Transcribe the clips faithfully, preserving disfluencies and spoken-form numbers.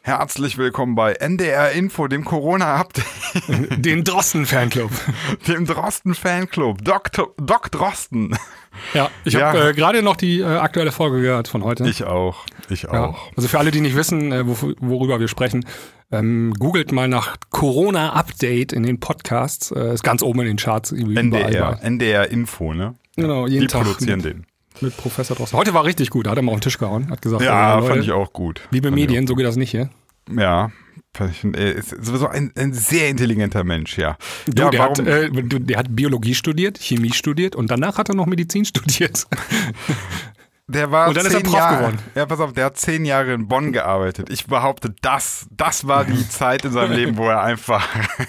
Herzlich willkommen bei N D R Info, dem Corona-Update. Den Drosten-Fanclub. Dem Drosten-Fanclub. Doc, Doc Drosten. Ja, ich Ja. habe äh, gerade noch die äh, aktuelle Folge gehört von heute. Ich auch. Ich auch. Ja. Also für alle, die nicht wissen, äh, wo, worüber wir sprechen, ähm, googelt mal nach Corona-Update in den Podcasts. Äh, ist ganz oben in den Charts. N D überall R. bei. N D R Info, ne? Genau, jeden Die Tag produzieren mit, den. mit Professor Drosten. Heute war richtig gut. Da hat er mal auf den Tisch gehauen. Hat gesagt, Ja, äh, Leute, fand ich auch gut. liebe Fand ich Medien, so geht das nicht hier. Ja, er ist sowieso ein, ein sehr intelligenter Mensch, ja. Du, ja der, warum, hat, äh, du, der hat Biologie studiert, Chemie studiert und danach hat er noch Medizin studiert. der war und dann ist er zehn Prof Jahre, geworden. Ja, pass auf, der hat zehn Jahre in Bonn gearbeitet. Ich behaupte, das, das war die Zeit in seinem Leben, wo er einfach,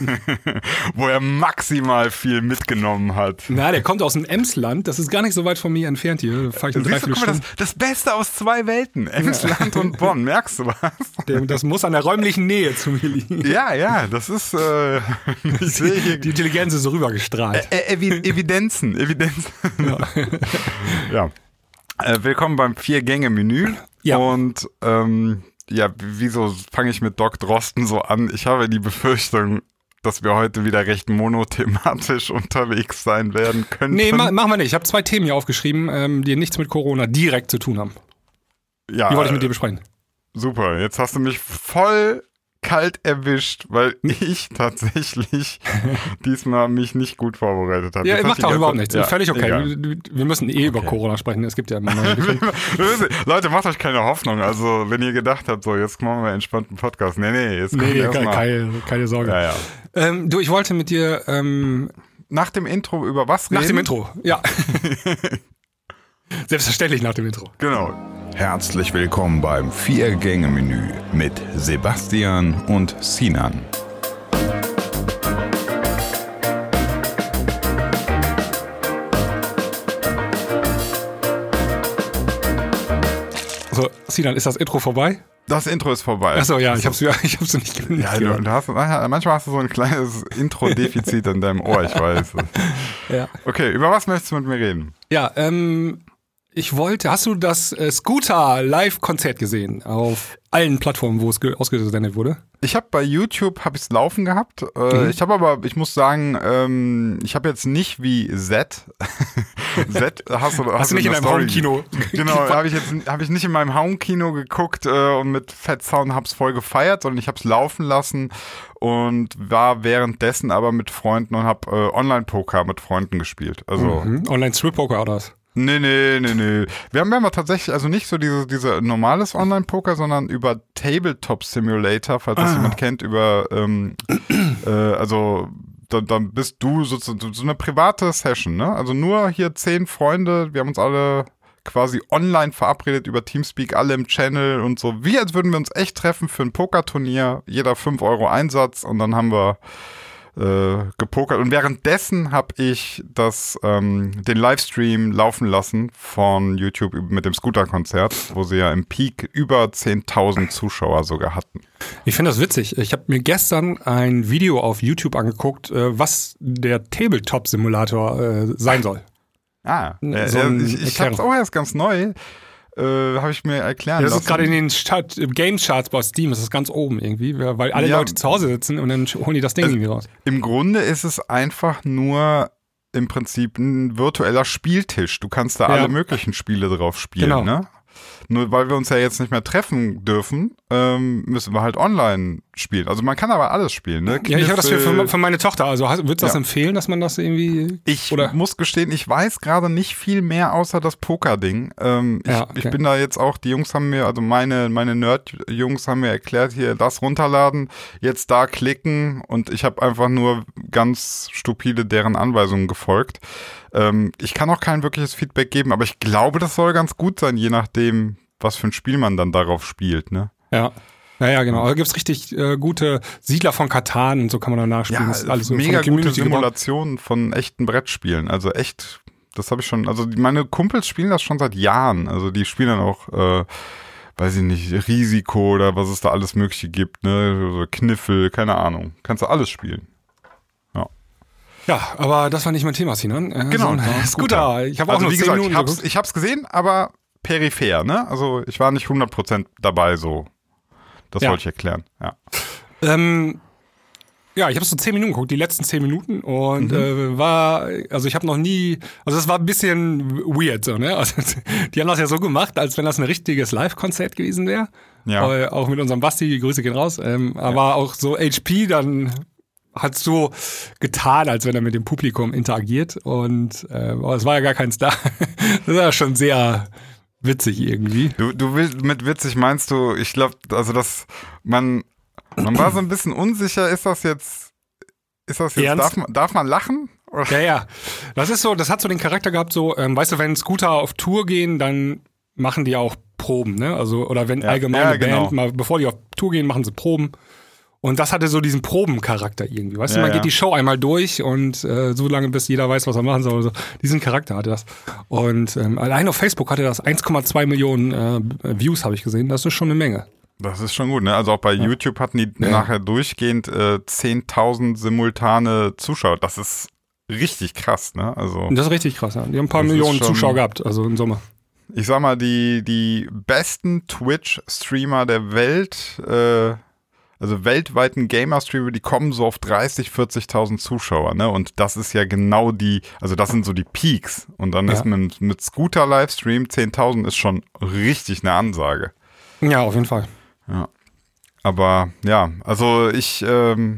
wo er maximal viel mitgenommen hat. Na, der kommt aus dem Emsland. Das ist gar nicht so weit von mir entfernt hier. Da fahr ich eine Siehst du, guck mal, das, Stunden. das Beste aus zwei Welten, Emsland und Bonn, merkst du was? Der, das muss an der räumlichen Nähe zu mir liegen. Ja, ja, das ist, äh, ich sehe hier Die Intelligenz ist so rübergestrahlt. Ä- Evi- Evidenzen, Evidenzen. Ja. Ja. Äh, willkommen beim Vier-Gänge-Menü. Ja. Und ähm, ja, wieso fange ich mit Doc Drosten so an? Ich habe die Befürchtung, dass wir heute wieder recht monothematisch unterwegs sein werden könnten. Nee, ma machen wir nicht. Ich habe zwei Themen hier aufgeschrieben, ähm, die nichts mit Corona direkt zu tun haben. ja, Die wollte ich mit dir besprechen. Super, jetzt hast du mich voll kalt erwischt, weil ich tatsächlich diesmal mich nicht gut vorbereitet habe. Ja, Jetzt macht hast auch du die überhaupt ganze- nichts. Ja, Völlig okay. egal. Wir, wir müssen eh über Okay. Corona sprechen. Es gibt ja immer neue Leute, macht euch keine Hoffnung. Also, wenn ihr gedacht habt, so, jetzt machen wir einen entspannten Podcast. Nee, nee, jetzt kommt Nee, erst keine, mal. keine, keine Sorge. Ja, ja. Ähm, du, ich wollte mit dir ähm, Nach dem Intro über was reden? nach dem Intro, ja. Selbstverständlich nach dem Intro. Genau. Herzlich willkommen beim Vier-Gänge-Menü mit Sebastian und Sinan. So, Sinan, ist das Intro vorbei? Das Intro ist vorbei. Achso, ja, ich hab's, ja, ich hab's nicht Ja, du, gehört. du hast, manchmal hast du so ein kleines Intro-Defizit in deinem Ohr, ich weiß. Ja. Okay, über was möchtest du mit mir reden? Ja, ähm, ich wollte, hast du das äh, Scooter-Live-Konzert gesehen auf allen Plattformen, wo es ge- ausgesendet wurde? Ich habe bei YouTube habe ich es laufen gehabt. Äh, Mhm. Ich habe aber, ich muss sagen, ähm, ich habe jetzt nicht wie Z. Z hast du, Hast du nicht in der deinem Story- Home-Kino? Genau, habe ich jetzt habe ich nicht in meinem Home-Kino geguckt äh, und mit Fett Sound hab's voll gefeiert, sondern ich habe es laufen lassen und war währenddessen aber mit Freunden und habe äh, Online-Poker mit Freunden gespielt. Also Mhm. Online-Strip-Poker oder was? Nee, nee, nee, nee. Wir haben, wir haben tatsächlich also nicht so diese, diese normales Online-Poker, sondern über Tabletop Simulator, falls das Ah. jemand kennt, über, ähm, äh, also dann, dann bist du sozusagen so eine private Session, ne? Also nur hier zehn Freunde, wir haben uns alle quasi online verabredet über Teamspeak, alle im Channel und so, wie als würden wir uns echt treffen für ein Pokerturnier, jeder fünf Euro Einsatz und dann haben wir äh, gepokert und währenddessen habe ich das ähm, den Livestream laufen lassen von YouTube mit dem Scooter-Konzert, wo sie ja im Peak über zehntausend Zuschauer sogar hatten. Ich finde das witzig. Ich habe mir gestern ein Video auf YouTube angeguckt, äh, was der Tabletop-Simulator äh, sein soll. Ah, äh, So ein ich, ich hab's Erklärung. auch erst ganz neu, äh, habe ich mir erklären Ja, das lassen. ist gerade in den Start, Game-Charts bei Steam, das ist ganz oben irgendwie, weil alle Ja. Leute zu Hause sitzen und dann holen die das Ding Also, irgendwie raus. Im Grunde ist es einfach nur im Prinzip ein virtueller Spieltisch. Du kannst da Ja. alle möglichen Spiele drauf spielen, Genau. ne? Nur weil wir uns ja jetzt nicht mehr treffen dürfen, ähm, müssen wir halt online spielen. Also man kann aber alles spielen, ne? Ja, ich habe das für, Kniffel. für, für meine Tochter. Also hast- würdest du das Ja. empfehlen, dass man das irgendwie. Ich Oder? muss gestehen, ich weiß gerade nicht viel mehr außer das Poker-Ding. Ähm, ich, Ja, okay. ich bin da jetzt auch, die Jungs haben mir, also meine, meine Nerd-Jungs haben mir erklärt, hier das runterladen, jetzt da klicken und ich habe einfach nur ganz stupide deren Anweisungen gefolgt. Ähm, ich kann auch kein wirkliches Feedback geben, aber ich glaube, das soll ganz gut sein, je nachdem, was für ein Spiel man dann darauf spielt, ne? Ja. Naja, genau. Da gibt's richtig äh, gute Siedler von Katan und so kann man dann nachspielen. Ja, Das ist alles so von mega der gute Community gebaut. Simulationen von echten Brettspielen. Also echt, das habe ich schon, also meine Kumpels spielen das schon seit Jahren. Also die spielen dann auch, äh, weiß ich nicht, Risiko oder was es da alles Mögliche gibt, ne? So Kniffel, keine Ahnung. Kannst du alles spielen. Ja, aber das war nicht mein Thema, Sinan. Äh, Genau, sondern ja, Scooter. Ich habe auch Also nur wie zehn gesagt, Minuten ich hab's, geguckt. ich hab's gesehen, aber peripher, ne? Also ich war nicht hundert Prozent dabei so. Das Ja. wollte ich erklären, ja. Ähm, ja, ich habe so zehn Minuten geguckt, die letzten zehn Minuten und Mhm. äh, war, also ich habe noch nie, also es war ein bisschen weird so, ne? Also, die haben das ja so gemacht, als wenn das ein richtiges Live-Konzert gewesen wäre. Ja. Äh, auch mit unserem Basti, Grüße gehen raus. Ähm, aber auch so H P dann hat so getan, als wenn er mit dem Publikum interagiert und äh, aber es war ja gar kein Star. Das war schon sehr witzig irgendwie. Du, du willst, mit witzig meinst du, ich glaube, also das, man, man war so ein bisschen unsicher, ist das jetzt, ist das jetzt, Ernst? darf man, darf man lachen? Oder? Ja, ja. Das ist so, das hat so den Charakter gehabt, so, ähm, weißt du, wenn Scooter auf Tour gehen, dann machen die auch Proben, ne? Also, oder wenn Ja, allgemein ja, eine Band, genau. mal, bevor die auf Tour gehen, machen sie Proben. Und das hatte so diesen Probencharakter irgendwie. Weißt du, Ja, man ja. geht die Show einmal durch und äh, so lange, bis jeder weiß, was er machen soll. Also, diesen Charakter hatte das. Und ähm, allein auf Facebook hatte das eins Komma zwei Millionen äh, Views, habe ich gesehen. Das ist schon eine Menge. Das ist schon gut, ne? Also auch bei Ja. YouTube hatten die Ja. nachher durchgehend äh, zehntausend simultane Zuschauer. Das ist richtig krass, ne? Also Und das ist richtig krass. Ja. Die haben ein paar Das ist Millionen schon- Zuschauer gehabt, also im Sommer. ich sag mal, die, die besten Twitch-Streamer der Welt, äh, also weltweiten Gamer-Streamer, die kommen so auf dreißig, vierzigtausend Zuschauer, ne? Und das ist ja genau die, also das sind so die Peaks. Und dann Ja. ist mit, mit Scooter-Livestream zehntausend ist schon richtig eine Ansage. Ja, auf jeden Fall. Ja. Aber ja, also ich, ähm,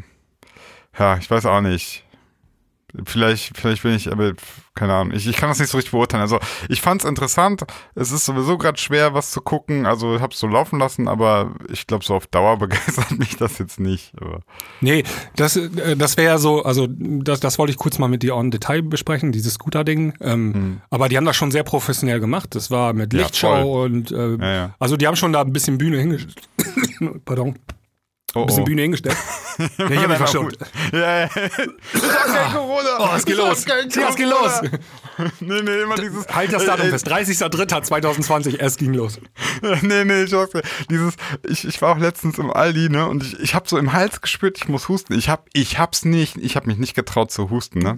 ja, ich weiß auch nicht. Vielleicht, vielleicht bin ich, aber keine Ahnung. Ich, ich kann das nicht so richtig beurteilen. Also ich fand's interessant. Es ist sowieso gerade schwer, was zu gucken. Also ich hab's so laufen lassen, aber ich glaube, so auf Dauer begeistert mich das jetzt nicht. Aber Nee, das, äh, das wäre ja so, also das, das wollte ich kurz mal mit dir en Detail besprechen, dieses Scooter-Ding. Ähm, Aber die haben das schon sehr professionell gemacht. Das war mit Ja, Lichtschau und äh, Ja, ja. also die haben schon da ein bisschen Bühne hingestellt. Pardon. oh, Ein bisschen oh. Bühne hingestellt. Ja, ich hab mich Na verschluckt. gut. Ja, ja. Ich hab kein Corona. Oh, was geht Ich hab los? kein Ja, was geht los? Corona. Nee, nee, immer dieses. Halt das Datum äh, fest. dreißigster dritter zweitausendzwanzig, es ging los. Nee, nee, ich sag's dir. Dieses, ich, ich war auch letztens im Aldi, ne, und ich, ich hab so im Hals gespürt, ich muss husten. Ich hab, ich hab's nicht, ich hab mich nicht getraut zu husten, ne.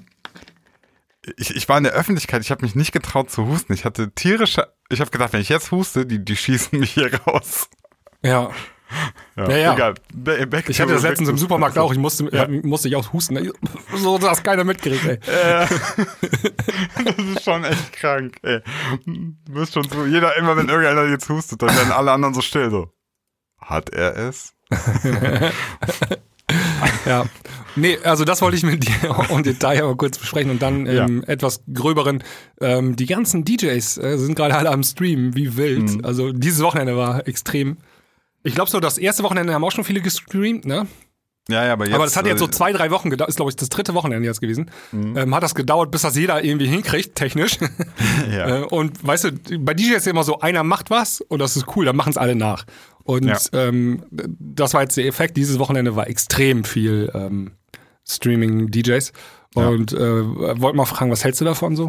Ich, ich war in der Öffentlichkeit, ich hab mich nicht getraut zu husten. Ich hatte tierische, ich hab gedacht, wenn ich jetzt huste, die, die schießen mich hier raus. Ja. Ja, ja. Egal. Be- back Ich to- hatte das back letztens to- im Supermarkt auch. Ich musste, Ja. ja. musste ich auch husten. So, dass keiner mitgekriegt, ey. Äh, das ist schon echt krank, ey. Du wirst schon so, jeder, immer wenn irgendeiner jetzt hustet, dann werden alle anderen so still, so. Hat er es? Ja. Nee, also das wollte ich mit dir im Detail aber kurz besprechen und dann im Ja. etwas gröberen. Ähm, die ganzen D Js äh, sind gerade alle am Streamen, wie wild. Mhm. Also dieses Wochenende war extrem. Ich glaube so, das erste Wochenende haben auch schon viele gestreamt, ne? Ja, ja, aber jetzt. Aber das hat jetzt so äh, zwei, drei Wochen gedauert, ist glaube ich das dritte Wochenende jetzt gewesen. Mhm. Ähm, hat das gedauert, bis das jeder irgendwie hinkriegt, technisch. Ja. Äh, und weißt du, bei D Js ist ja immer so, einer macht was und das ist cool, dann machen es alle nach. Und Ja. ähm, das war jetzt der Effekt. Dieses Wochenende war extrem viel ähm, Streaming-D Js. Ja. Und äh, wollte mal fragen, was hältst du davon so?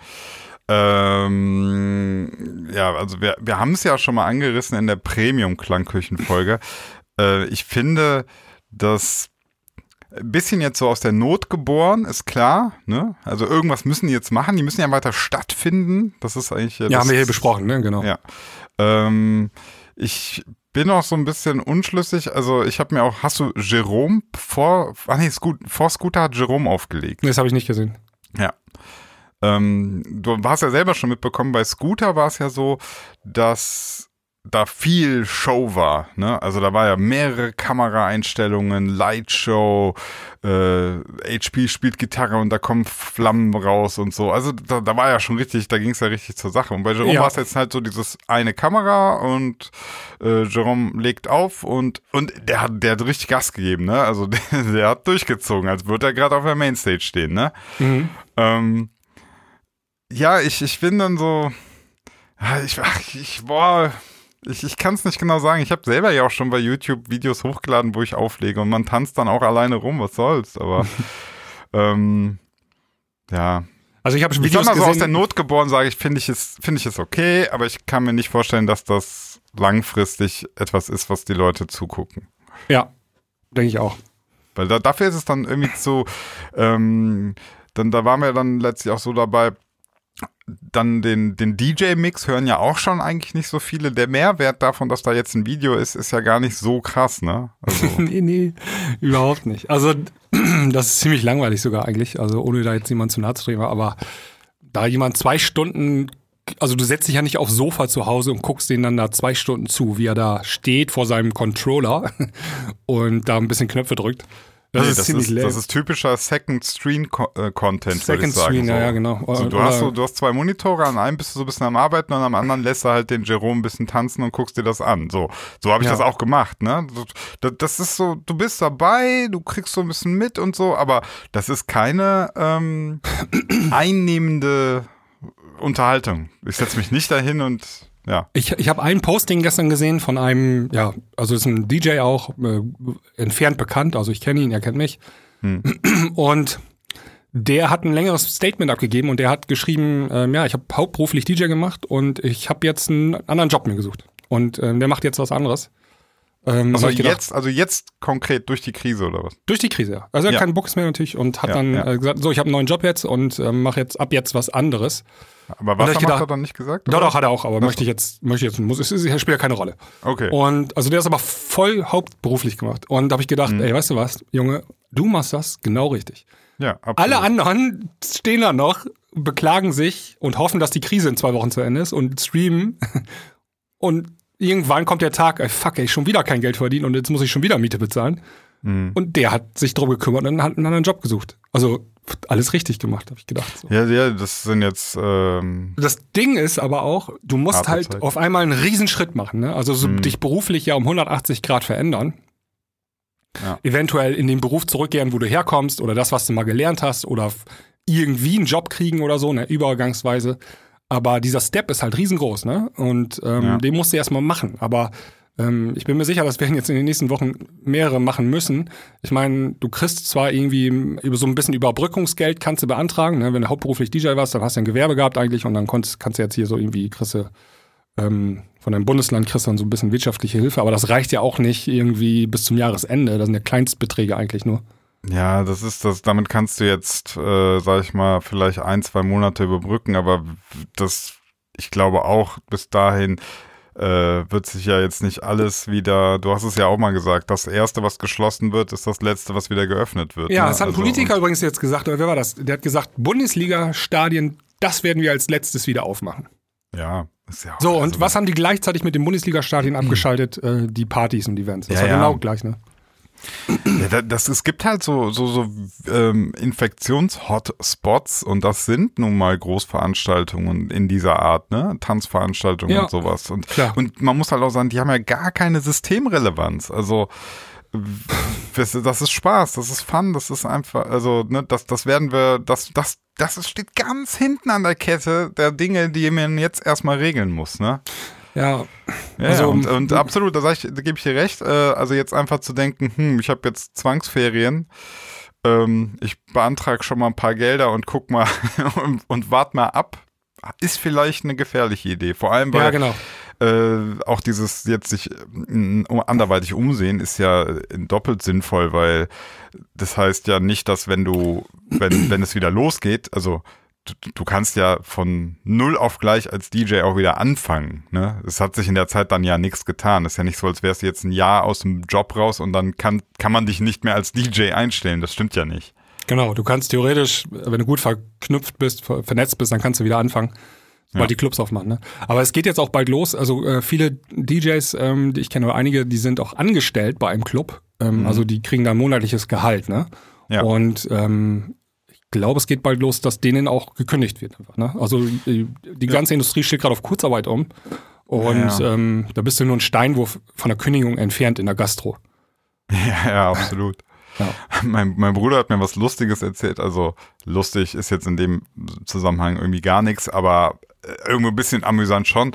Ähm, ja, also wir, wir haben es ja schon mal angerissen in der Premium-Klangküchen-Folge. äh, ich finde, dass ein bisschen jetzt so aus der Not geboren, ist klar, ne? Also irgendwas müssen die jetzt machen, die müssen ja weiter stattfinden. Das ist eigentlich. Ja, das haben wir hier ist- besprochen, ne? Genau. Ja. Ähm, ich bin auch so ein bisschen unschlüssig. Also ich habe mir auch, hast du Jerome vor, ach nee, Scoot, vor Scooter hat Jerome aufgelegt. Nee, das habe ich nicht gesehen. Ja. Ähm, du hast ja selber schon mitbekommen, bei Scooter war es ja so, dass da viel Show war, ne? Also da war ja mehrere Kameraeinstellungen, Lightshow, äh, H P spielt Gitarre und da kommen Flammen raus und so. Also da, da war ja schon richtig, da ging es ja richtig zur Sache. Und bei Jerome Ja. war es jetzt halt so dieses eine Kamera und äh, Jerome legt auf und und der hat, der hat richtig Gas gegeben, ne? Also der, der hat durchgezogen, als würde er gerade auf der Mainstage stehen, ne? Mhm. Ähm, ja, ich, ich bin dann so, ja, ich, ach, ich, boah, ich, ich kann es nicht genau sagen. Ich habe selber ja auch schon bei YouTube Videos hochgeladen, wo ich auflege und man tanzt dann auch alleine rum, was soll's, aber ähm, ja. Also ich habe schon Ich sag Videos mal so aus gesehen. der Not geboren, sage ich, finde ich es, finde ich es okay, aber ich kann mir nicht vorstellen, dass das langfristig etwas ist, was die Leute zugucken. Ja, denke ich auch. Weil da, dafür ist es dann irgendwie zu, ähm, dann, da waren wir dann letztlich auch so dabei, dann den, den D J-Mix hören ja auch schon eigentlich nicht so viele. Der Mehrwert davon, dass da jetzt ein Video ist, ist ja gar nicht so krass, ne? Also. nee, nee, überhaupt nicht. Also das ist ziemlich langweilig sogar eigentlich, also ohne da jetzt jemand zu nahe zu treten, aber da jemand zwei Stunden, also du setzt dich ja nicht aufs Sofa zu Hause und guckst den dann da zwei Stunden zu, wie er da steht vor seinem Controller und da ein bisschen Knöpfe drückt. Das nee, ist das ziemlich ist, lame. Das ist typischer Second-Screen-Content, Second würde ich sagen. Screen, so. ja, ja, genau. Also du, hast so, du hast zwei Monitore, an einem bist du so ein bisschen am Arbeiten und am anderen lässt du halt den Jerome ein bisschen tanzen und guckst dir das an. So, so habe ich ja. das auch gemacht, ne? Das, das ist so, du bist dabei, du kriegst so ein bisschen mit und so, aber das ist keine ähm, einnehmende Unterhaltung. Ich setze mich nicht dahin und ja. Ich, ich habe ein Posting gestern gesehen von einem, ja, also ist ein D J auch, äh, entfernt bekannt, also ich kenne ihn, er kennt mich. Hm. Und der hat ein längeres Statement abgegeben und der hat geschrieben, ähm, ja, ich habe hauptberuflich D J gemacht und ich habe jetzt einen anderen Job mir gesucht. Und ähm, der macht jetzt was anderes. Ähm, also, gedacht, jetzt, also jetzt konkret durch die Krise oder was? Durch die Krise, ja. Also er hat ja. keinen Books mehr natürlich und hat ja, dann ja. äh, gesagt, so, ich habe einen neuen Job jetzt und äh, mache jetzt ab jetzt was anderes. Aber was hat gedacht, er dann nicht gesagt? Doch, doch, hat er auch, aber möchte ich jetzt, möchte ich jetzt, muss, es spielt ja keine Rolle. Okay. Und also der ist aber voll hauptberuflich gemacht. Und da habe ich gedacht, mhm. ey, weißt du was, Junge, du machst das genau richtig. Ja, absolut. Alle anderen stehen da noch, beklagen sich und hoffen, dass die Krise in zwei Wochen zu Ende ist und streamen. Und irgendwann kommt der Tag, ey, fuck, ey, schon wieder kein Geld verdienen und jetzt muss ich schon wieder Miete bezahlen. Mhm. Und der hat sich drum gekümmert und hat einen anderen Job gesucht. Also alles richtig gemacht, habe ich gedacht. So. Ja, ja, das sind jetzt ähm, das Ding ist aber auch, du musst halt Zeit. auf einmal einen Riesenschritt machen. Ne? Also so mhm. dich beruflich ja um hundertachtzig Grad verändern. Ja. Eventuell in den Beruf zurückkehren, wo du herkommst oder das, was du mal gelernt hast oder irgendwie einen Job kriegen oder so, ne, übergangsweise. Aber dieser Step ist halt riesengroß, ne? Und ähm, ja. den musst du erstmal machen. Aber ähm, ich bin mir sicher, das werden jetzt in den nächsten Wochen mehrere machen müssen. Ich meine, du kriegst zwar irgendwie über so ein bisschen Überbrückungsgeld kannst du beantragen, ne? Wenn du hauptberuflich D J warst, dann hast du ein Gewerbe gehabt eigentlich und dann konntest, kannst du jetzt hier so irgendwie kriegst du, ähm, von deinem Bundesland kriegst du dann so ein bisschen wirtschaftliche Hilfe. Aber das reicht ja auch nicht irgendwie bis zum Jahresende. Das sind ja Kleinstbeträge eigentlich nur. Ja, das ist das, damit kannst du jetzt, äh, sag ich mal, vielleicht ein, zwei Monate überbrücken, aber das, ich glaube auch, bis dahin äh, wird sich ja jetzt nicht alles wieder, du hast es ja auch mal gesagt, das Erste, was geschlossen wird, ist das Letzte, was wieder geöffnet wird. Ja, ne? das hat ein also, Politiker übrigens jetzt gesagt, oder wer war das? Der hat gesagt, Bundesliga-Stadien, das werden wir als Letztes wieder aufmachen. Ja, ist ja auch. So, und also, was haben die gleichzeitig mit den Bundesliga-Stadien abgeschaltet? Äh, die Partys und Events. Das ja, war ja. genau gleich, ne? Ja, das, es gibt halt so, so, so ähm, Infektions-Hotspots und das sind nun mal Großveranstaltungen in dieser Art, ne? Tanzveranstaltungen ja, und sowas. Und, klar. und man muss halt auch sagen, die haben ja gar keine Systemrelevanz. Also das, das ist Spaß, das ist Fun, das ist einfach, also ne, das, das werden wir, das, das, das steht ganz hinten an der Kette der Dinge, die man jetzt erstmal regeln muss, ne? Ja, ja, also, und, und absolut, da, sag ich, da gebe ich dir recht. Äh, also jetzt einfach zu denken, hm, ich habe jetzt Zwangsferien, ähm, ich beantrage schon mal ein paar Gelder und guck mal und, und warte mal ab, ist vielleicht eine gefährliche Idee. Vor allem, weil ja, genau. äh, auch dieses jetzt sich äh, anderweitig umsehen ist ja doppelt sinnvoll, weil das heißt ja nicht, dass wenn du, wenn, wenn es wieder losgeht, also Du, du kannst ja von null auf gleich als D J auch wieder anfangen. Ne? Es hat sich in der Zeit dann ja nichts getan. Es ist ja nicht so, als wärst du jetzt ein Jahr aus dem Job raus und dann kann, kann man dich nicht mehr als D J einstellen. Das stimmt ja nicht. Genau, du kannst theoretisch, wenn du gut verknüpft bist, vernetzt bist, dann kannst du wieder anfangen, sobald ja. die Clubs aufmachen. Ne? Aber es geht jetzt auch bald los. Also äh, viele D Js, ähm, die ich kenne, oder einige, die sind auch angestellt bei einem Club. Ähm, mhm. Also die kriegen da ein monatliches Gehalt. Ne? Ja. Und ähm, ich glaube, es geht bald los, dass denen auch gekündigt wird. Einfach, ne? Also die, die ganze ja. Industrie steht gerade auf Kurzarbeit um und ja, ja. Ähm, da bist du nur ein Steinwurf von der Kündigung entfernt in der Gastro. Ja, ja, absolut. Ja. Mein, mein Bruder hat mir was Lustiges erzählt, also lustig ist jetzt in dem Zusammenhang irgendwie gar nichts, aber irgendwo ein bisschen amüsant schon.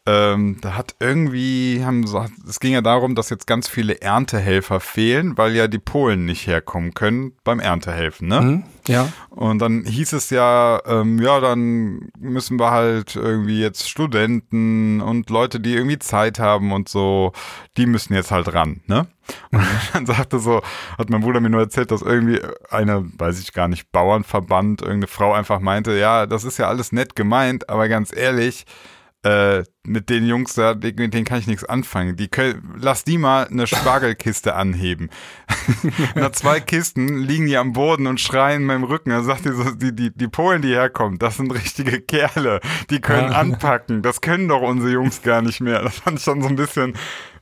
Ähm, da hat irgendwie, haben so, es ging ja darum, dass jetzt ganz viele Erntehelfer fehlen, weil ja die Polen nicht herkommen können beim Erntehelfen, ne? Mhm, ja. Und dann hieß es ja, ähm, ja, dann müssen wir halt irgendwie jetzt Studenten und Leute, die irgendwie Zeit haben und so, die müssen jetzt halt ran, ne? Und dann sagte so, hat mein Bruder mir nur erzählt, dass irgendwie eine, weiß ich gar nicht, Bauernverband, irgendeine Frau einfach meinte, ja, das ist ja alles nett gemeint, aber ganz ehrlich, Äh, mit den Jungs da, mit denen kann ich nichts anfangen. Die können, lass die mal eine Spargelkiste anheben. Nach zwei Kisten liegen die am Boden und schreien in meinem Rücken. Dann sagt die so, die, die, die Polen, die herkommen, das sind richtige Kerle. Die können ja. anpacken. Das können doch unsere Jungs gar nicht mehr. Das fand ich schon so ein bisschen...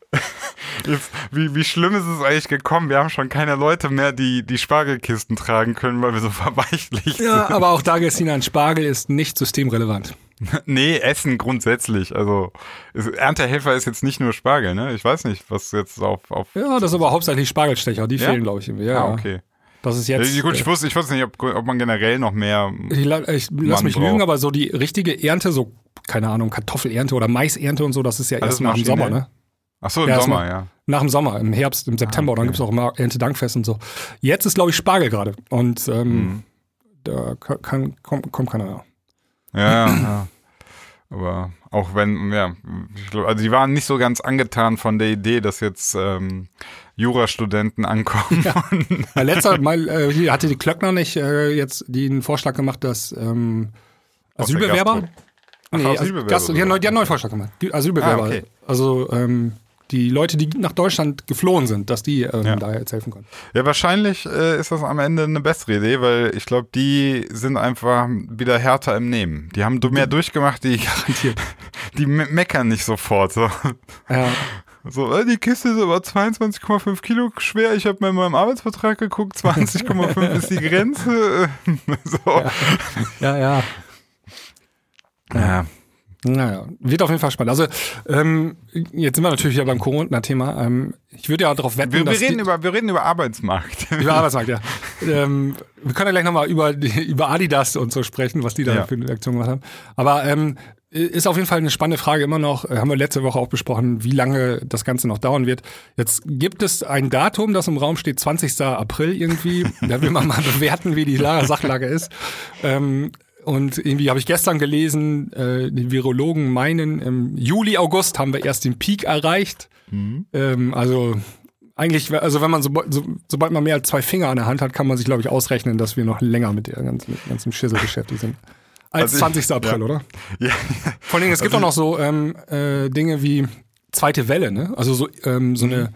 Jetzt, wie, wie schlimm ist es eigentlich gekommen? Wir haben schon keine Leute mehr, die die Spargelkisten tragen können, weil wir so verweichlicht sind. Ja, aber auch da, Christina, ein Spargel ist nicht systemrelevant. Nee, Essen grundsätzlich. Also ist, Erntehelfer ist jetzt nicht nur Spargel, ne? Ich weiß nicht, was jetzt auf... auf ja, das ist aber hauptsächlich Spargelstecher. Die ja? fehlen, glaube ich. Irgendwie. Ja, ah, okay. Das ist jetzt... Ja, gut, ich wusste, ich wusste nicht, ob, ob man generell noch mehr... Ich, ich lass mich braucht. lügen, aber so die richtige Ernte, so, keine Ahnung, Kartoffelernte oder Maisernte und so, das ist ja erst nach dem Sommer, ne? Ach so, im ja, Sommer, ja. Nach dem Sommer, im Herbst, im September, ah, okay. Dann gibt es auch immer Erntedankfest und so. Jetzt ist, glaube ich, Spargel gerade. Und ähm, mhm. da kann, kommt, kommt keiner mehr. Ja, ja. Aber auch wenn, ja, ich glaub, also die waren nicht so ganz angetan von der Idee, dass jetzt ähm, Jurastudenten ankommen. Ja. Ja, letzter Mal äh, hatte die Klöckner nicht äh, jetzt den Vorschlag gemacht, dass ähm, Asylbewerber... Ach, nee, Asylbewerber. Gast, die, haben, die haben einen neuen Vorschlag gemacht. Die Asylbewerber. Ah, okay. Also ähm, die Leute, die nach Deutschland geflohen sind, dass die ähm, ja. da jetzt helfen können. Ja, wahrscheinlich äh, ist das am Ende eine bessere Idee, weil ich glaube, die sind einfach wieder härter im Nehmen. Die haben mehr durchgemacht, die garantiert. Die me- meckern nicht sofort. So. Ja. So, äh, die Kiste ist aber zweiundzwanzig Komma fünf Kilo schwer. Ich habe mir in meinem Arbeitsvertrag geguckt, zwanzig Komma fünf ist die Grenze. So. Ja, ja. ja. Ja. Naja, wird auf jeden Fall spannend. Also, ähm, jetzt sind wir natürlich wieder beim Corona-Thema. Ähm, ich würde ja darauf wetten, wir, wir dass... Reden die, über, wir reden über Arbeitsmarkt. Über Arbeitsmarkt, ja. ähm, wir können ja gleich nochmal über, über Adidas und so sprechen, was die da ja. für eine Aktion gemacht haben. Aber ähm, ist auf jeden Fall eine spannende Frage immer noch. Haben wir letzte Woche auch besprochen, wie lange das Ganze noch dauern wird. Jetzt gibt es ein Datum, das im Raum steht, zwanzigster April irgendwie. Da will man mal bewerten, wie die Sachlage ist. Ähm, Und irgendwie habe ich gestern gelesen, äh, die Virologen meinen, im Juli, August haben wir erst den Peak erreicht. Mhm. Ähm, also eigentlich, also wenn man so, so, sobald man mehr als zwei Finger an der Hand hat, kann man sich, glaube ich, ausrechnen, dass wir noch länger mit der ganzen, mit dem ganzen Schissel beschäftigt sind. Als also ich, zwanzigster April, ja. oder? Ja. Vor allen Dingen, es also gibt auch noch so ähm, äh, Dinge wie zweite Welle, ne? Also so, ähm, so mhm. eine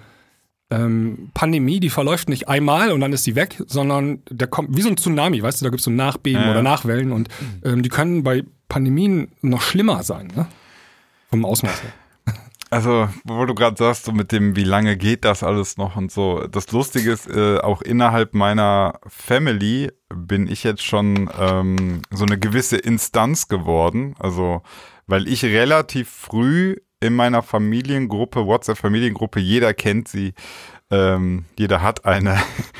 Ähm, Pandemie, die verläuft nicht einmal und dann ist die weg, sondern der kommt wie so ein Tsunami, weißt du, da gibt es so Nachbeben ja. oder Nachwellen und ähm, die können bei Pandemien noch schlimmer sein, ne? Vom Ausmaß her. Also, wo du gerade sagst, so mit dem, wie lange geht das alles noch und so. Das Lustige ist, äh, auch innerhalb meiner Family bin ich jetzt schon ähm, so eine gewisse Instanz geworden. Also, weil ich relativ früh in meiner Familiengruppe, WhatsApp-Familiengruppe, jeder kennt sie, ähm, jeder hat eine.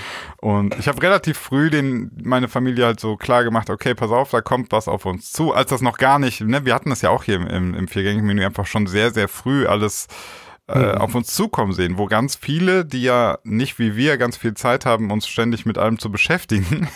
Und ich habe relativ früh den, meine Familie halt so klar gemacht, okay, pass auf, da kommt was auf uns zu. Als das noch gar nicht, ne, wir hatten das ja auch hier im, im viergängigen Menü einfach schon sehr, sehr früh alles äh, mhm. auf uns zukommen sehen, wo ganz viele, die ja nicht wie wir ganz viel Zeit haben, uns ständig mit allem zu beschäftigen,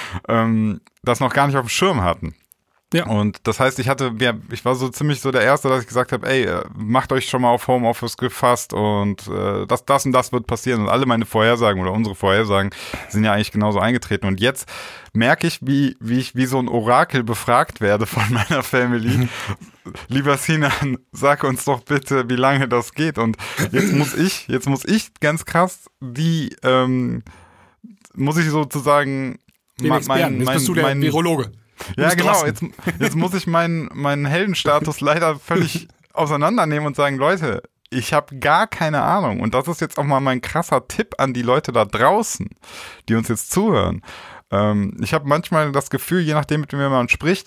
ähm, das noch gar nicht auf dem Schirm hatten. Ja. Und das heißt, ich hatte, ich war so ziemlich so der Erste, dass ich gesagt habe, ey, macht euch schon mal auf Homeoffice gefasst und äh, das, das und das wird passieren. Und alle meine Vorhersagen oder unsere Vorhersagen sind ja eigentlich genauso eingetreten. Und jetzt merke ich, wie, wie ich wie so ein Orakel befragt werde von meiner Family. Lieber Sinan, sag uns doch bitte, wie lange das geht. Und jetzt muss ich, jetzt muss ich ganz krass die, ähm, muss ich sozusagen den mein, Experten, jetzt mein, bist du der mein, Virologe. Ja, genau. Jetzt, jetzt muss ich meinen, meinen Heldenstatus leider völlig auseinandernehmen und sagen, Leute, ich habe gar keine Ahnung. Und das ist jetzt auch mal mein krasser Tipp an die Leute da draußen, die uns jetzt zuhören. Ähm, ich habe manchmal das Gefühl, je nachdem, mit wem man spricht,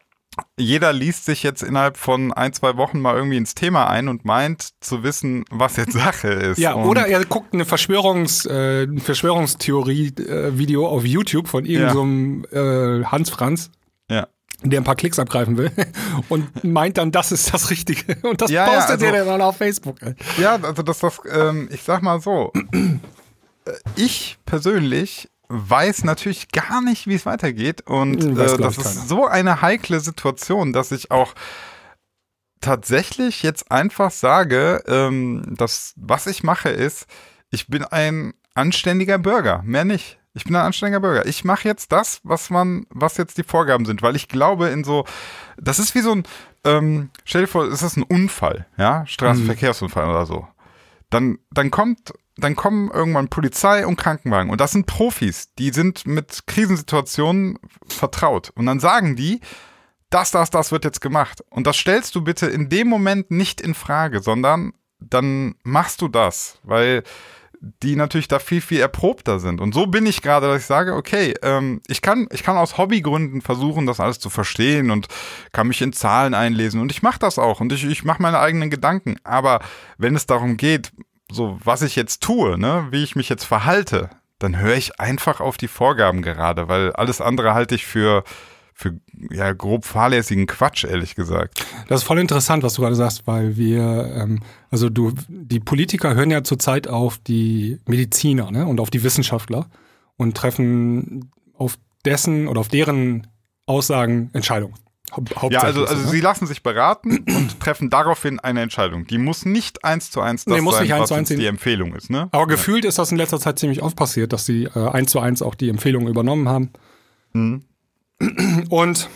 jeder liest sich jetzt innerhalb von ein, zwei Wochen mal irgendwie ins Thema ein und meint zu wissen, was jetzt Sache ist. Ja, und oder er guckt eine Verschwörungs, äh, Verschwörungstheorie-Video auf YouTube von irgendeinem so äh, Hans Franz. Ja. der ein paar Klicks abgreifen will und meint dann, das ist das Richtige. Und das ja, postet ja, also, er dann auf Facebook. Ja, also das, das ähm, ich sag mal so, ich persönlich weiß natürlich gar nicht, wie es weitergeht und äh, das ist keiner. So eine heikle Situation, dass ich auch tatsächlich jetzt einfach sage, ähm, dass was ich mache ist, ich bin ein anständiger Bürger, mehr nicht. Ich bin ein anständiger Bürger. Ich mache jetzt das, was man, was jetzt die Vorgaben sind, weil ich glaube in so, das ist wie so ein, ähm, stell dir vor, es ist ein Unfall, ja, Straßenverkehrsunfall mhm. oder so. Dann, dann kommt, dann kommen irgendwann Polizei und Krankenwagen und das sind Profis, die sind mit Krisensituationen vertraut und dann sagen die, das, das, das wird jetzt gemacht und das stellst du bitte in dem Moment nicht in Frage, sondern dann machst du das, weil die natürlich da viel, viel erprobter sind. Und so bin ich gerade, dass ich sage, okay, ähm, ich kann, ich kann aus Hobbygründen versuchen, das alles zu verstehen und kann mich in Zahlen einlesen. Und ich mache das auch und ich, ich mache meine eigenen Gedanken. Aber wenn es darum geht, so was ich jetzt tue, ne, wie ich mich jetzt verhalte, dann höre ich einfach auf die Vorgaben gerade, weil alles andere halte ich für für ja, grob fahrlässigen Quatsch, ehrlich gesagt. Das ist voll interessant, was du gerade sagst, weil wir, ähm, also du, die Politiker hören ja zurzeit auf die Mediziner, ne, und auf die Wissenschaftler und treffen auf dessen oder auf deren Aussagen Entscheidungen. Hau- ja, also, also ne? sie lassen sich beraten und treffen daraufhin eine Entscheidung. Die muss nicht eins zu eins das nee, muss sein, nicht eins was zu eins die Empfehlung ist. Ne? Aber ja. gefühlt ist das in letzter Zeit ziemlich oft passiert, dass sie äh, eins zu eins auch die Empfehlungen übernommen haben. Mhm. Und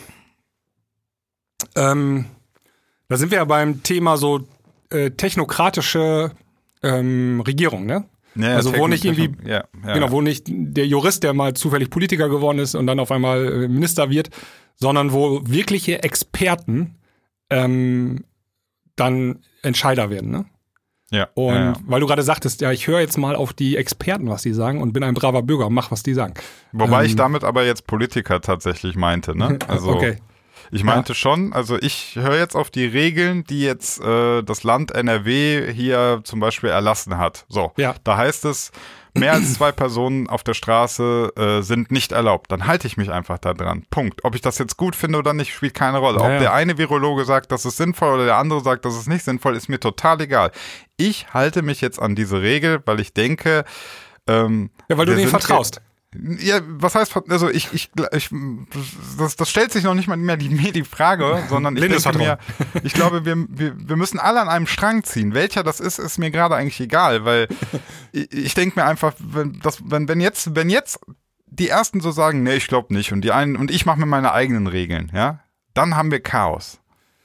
ähm, da sind wir ja beim Thema so äh, technokratische ähm, Regierung, ne? Ja, also wo nicht irgendwie, ja, ja, genau, wo nicht der Jurist, der mal zufällig Politiker geworden ist und dann auf einmal äh, Minister wird, sondern wo wirkliche Experten ähm, dann Entscheider werden, ne? Ja. Und ja, ja. weil du gerade sagtest, ja, ich höre jetzt mal auf die Experten, was die sagen und bin ein braver Bürger und mach, was die sagen. Wobei ähm, ich damit aber jetzt Politiker tatsächlich meinte, ne? Also okay. ich meinte ja. schon, also ich höre jetzt auf die Regeln, die jetzt äh, das Land N R W hier zum Beispiel erlassen hat. So, ja. da heißt es, mehr als zwei Personen auf der Straße äh, sind nicht erlaubt. Dann halte ich mich einfach da dran. Punkt. Ob ich das jetzt gut finde oder nicht, spielt keine Rolle. Ja, Ob ja. der eine Virologe sagt, das ist sinnvoll oder der andere sagt, das ist nicht sinnvoll, ist mir total egal. Ich halte mich jetzt an diese Regel, weil ich denke, ähm, ja, weil du denen vertraust. Ja, was heißt, also ich, ich, ich das, das stellt sich noch nicht mal mehr die, mir die Frage, sondern ich denke mir, ich glaube, wir, wir, wir müssen alle an einem Strang ziehen. Welcher das ist, ist mir gerade eigentlich egal, weil ich, ich denke mir einfach, wenn, das, wenn, wenn jetzt, wenn jetzt die Ersten so sagen, nee, ich glaube nicht und die einen, und ich mache mir meine eigenen Regeln, ja, dann haben wir Chaos.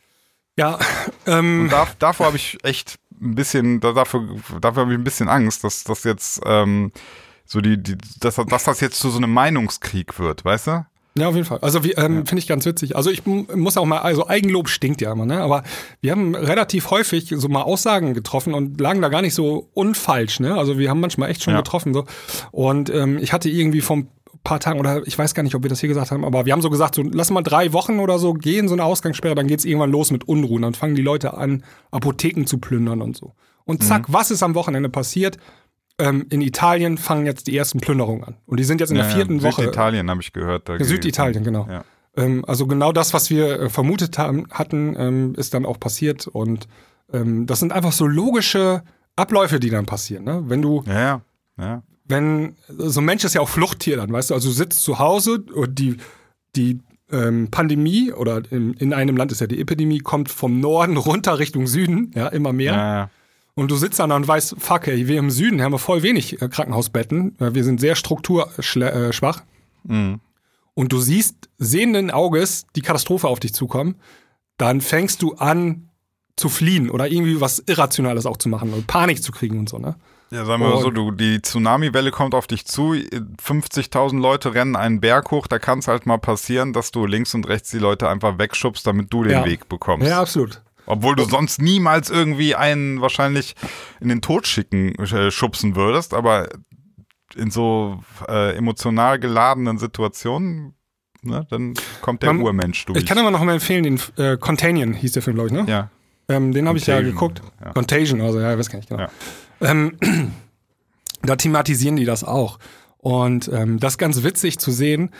Ja, ähm. Und da, davor habe ich echt ein bisschen, dafür, dafür habe ich ein bisschen Angst, dass das jetzt, ähm, so die, die dass, dass das jetzt zu so einem Meinungskrieg wird, weißt du? Ja, auf jeden Fall. Also ähm, ja. finde ich ganz witzig. Also ich m- muss auch mal, also Eigenlob stinkt ja immer, ne? Aber wir haben relativ häufig so mal Aussagen getroffen und lagen da gar nicht so unfalsch, ne? Also wir haben manchmal echt schon ja. getroffen so. Und ähm, ich hatte irgendwie vor ein paar Tagen, oder ich weiß gar nicht, ob wir das hier gesagt haben, aber wir haben so gesagt, so lass mal drei Wochen oder so gehen, so eine Ausgangssperre, dann geht's irgendwann los mit Unruhen. Dann fangen die Leute an, Apotheken zu plündern und so. Und zack, mhm. was ist am Wochenende passiert? Ähm, in Italien fangen jetzt die ersten Plünderungen an. Und die sind jetzt in ja, der vierten ja. Woche. Süditalien habe ich gehört. Da ja, Süditalien, genau. Ja. Ähm, also genau das, was wir äh, vermutet haben, hatten, ähm, ist dann auch passiert. Und ähm, das sind einfach so logische Abläufe, die dann passieren. Ne? Wenn du, ja, ja. ja. wenn, so ein Mensch ist ja auch Fluchttier dann, weißt du, also du sitzt zu Hause und die, die ähm, Pandemie oder in, in einem Land ist ja die Epidemie, kommt vom Norden runter Richtung Süden, ja, immer mehr. Ja, ja. Und du sitzt dann und weißt, fuck, ey, wir im Süden haben wir voll wenig äh, Krankenhausbetten. Wir sind sehr strukturschwach. Mhm. Und du siehst sehenden Auges die Katastrophe auf dich zukommen. Dann fängst du an zu fliehen oder irgendwie was Irrationales auch zu machen und Panik zu kriegen und so, ne? Ja, sagen wir mal so, du, die Tsunami-Welle kommt auf dich zu, fünfzigtausend Leute rennen einen Berg hoch, da kann es halt mal passieren, dass du links und rechts die Leute einfach wegschubst, damit du den ja. Weg bekommst. Ja, absolut. Obwohl du sonst niemals irgendwie einen wahrscheinlich in den Tod schicken, äh, schubsen würdest, aber in so äh, emotional geladenen Situationen, ne, dann kommt der Man, Urmensch durch. Ich kann aber noch mal empfehlen, den äh, Contagion hieß der Film, glaube ich, ne? Ja. Ähm, den habe ich ja geguckt. Ja. Contagion, also ja, ich weiß gar nicht genau. Ja. Ähm, da thematisieren die das auch. Und ähm, das ist ganz witzig zu sehen,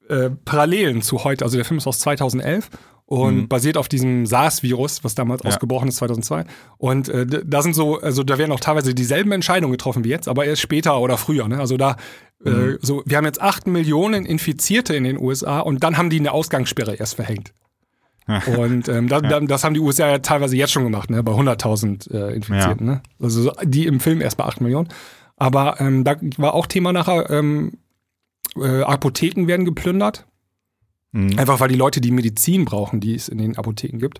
äh, Parallelen zu heute. Also der Film ist aus zweitausendelf und mhm. basiert auf diesem SARS-Virus, was damals ja. ausgebrochen ist, zweitausendzwei. Und äh, da sind so, also da werden auch teilweise dieselben Entscheidungen getroffen wie jetzt, aber erst später oder früher. Ne? Also da, mhm. äh, so, wir haben jetzt acht Millionen Infizierte in den U S A und dann haben die eine Ausgangssperre erst verhängt. Und ähm, da, ja. das haben die U S A ja teilweise jetzt schon gemacht, ne? Bei hunderttausend äh, Infizierten. Ja. Ne? Also die im Film erst bei acht Millionen. Aber ähm, da war auch Thema nachher, ähm, äh, Apotheken werden geplündert. Mhm. Einfach weil die Leute die Medizin brauchen, die es in den Apotheken gibt.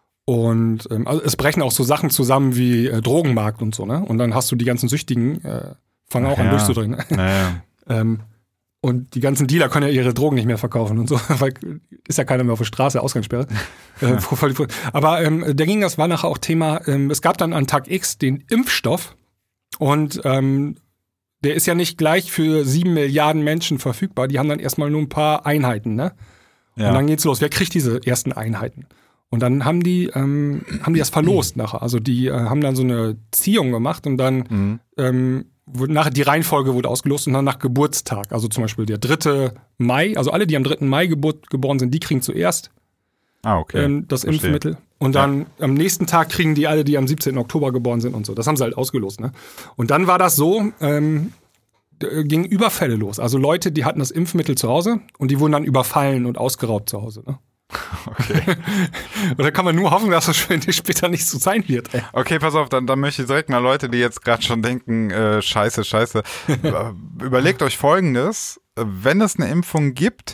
Und ähm, also es brechen auch so Sachen zusammen wie äh, Drogenmarkt und so. Ne? Und dann hast du die ganzen Süchtigen, äh, fangen auch ja. an durchzudrehen. Ne? Ja, ja. ähm, Und die ganzen Dealer können ja ihre Drogen nicht mehr verkaufen und so, weil ist ja keiner mehr auf der Straße, Ausgangssperre. äh, Aber ähm, da ging das, war nachher auch Thema, ähm, es gab dann an Tag X den Impfstoff und ähm, der ist ja nicht gleich für sieben Milliarden Menschen verfügbar, die haben dann erstmal nur ein paar Einheiten, ne? Ja. Und dann geht's los, wer kriegt diese ersten Einheiten? Und dann haben die, ähm, haben die das verlost nachher, also die äh, haben dann so eine Ziehung gemacht und dann mhm. ähm, Nach, die Reihenfolge wurde ausgelost und dann nach Geburtstag. Also zum Beispiel der dritte Mai, also alle, die am dritten Mai geburt, geboren sind, die kriegen zuerst ah, okay. ähm, das Verstehe. Impfmittel. Und dann ja. am nächsten Tag kriegen die alle, die am siebzehnten Oktober geboren sind und so. Das haben sie halt ausgelost. Ne? Und dann war das so, ähm, gingen Überfälle los. Also Leute, die hatten das Impfmittel zu Hause und die wurden dann überfallen und ausgeraubt zu Hause. Ne? Okay. Und da kann man nur hoffen, dass es später nicht so sein wird. Ey. Okay, pass auf, dann, dann möchte ich direkt mal Leute, die jetzt gerade schon denken, äh, scheiße, scheiße, überlegt euch Folgendes, wenn es eine Impfung gibt,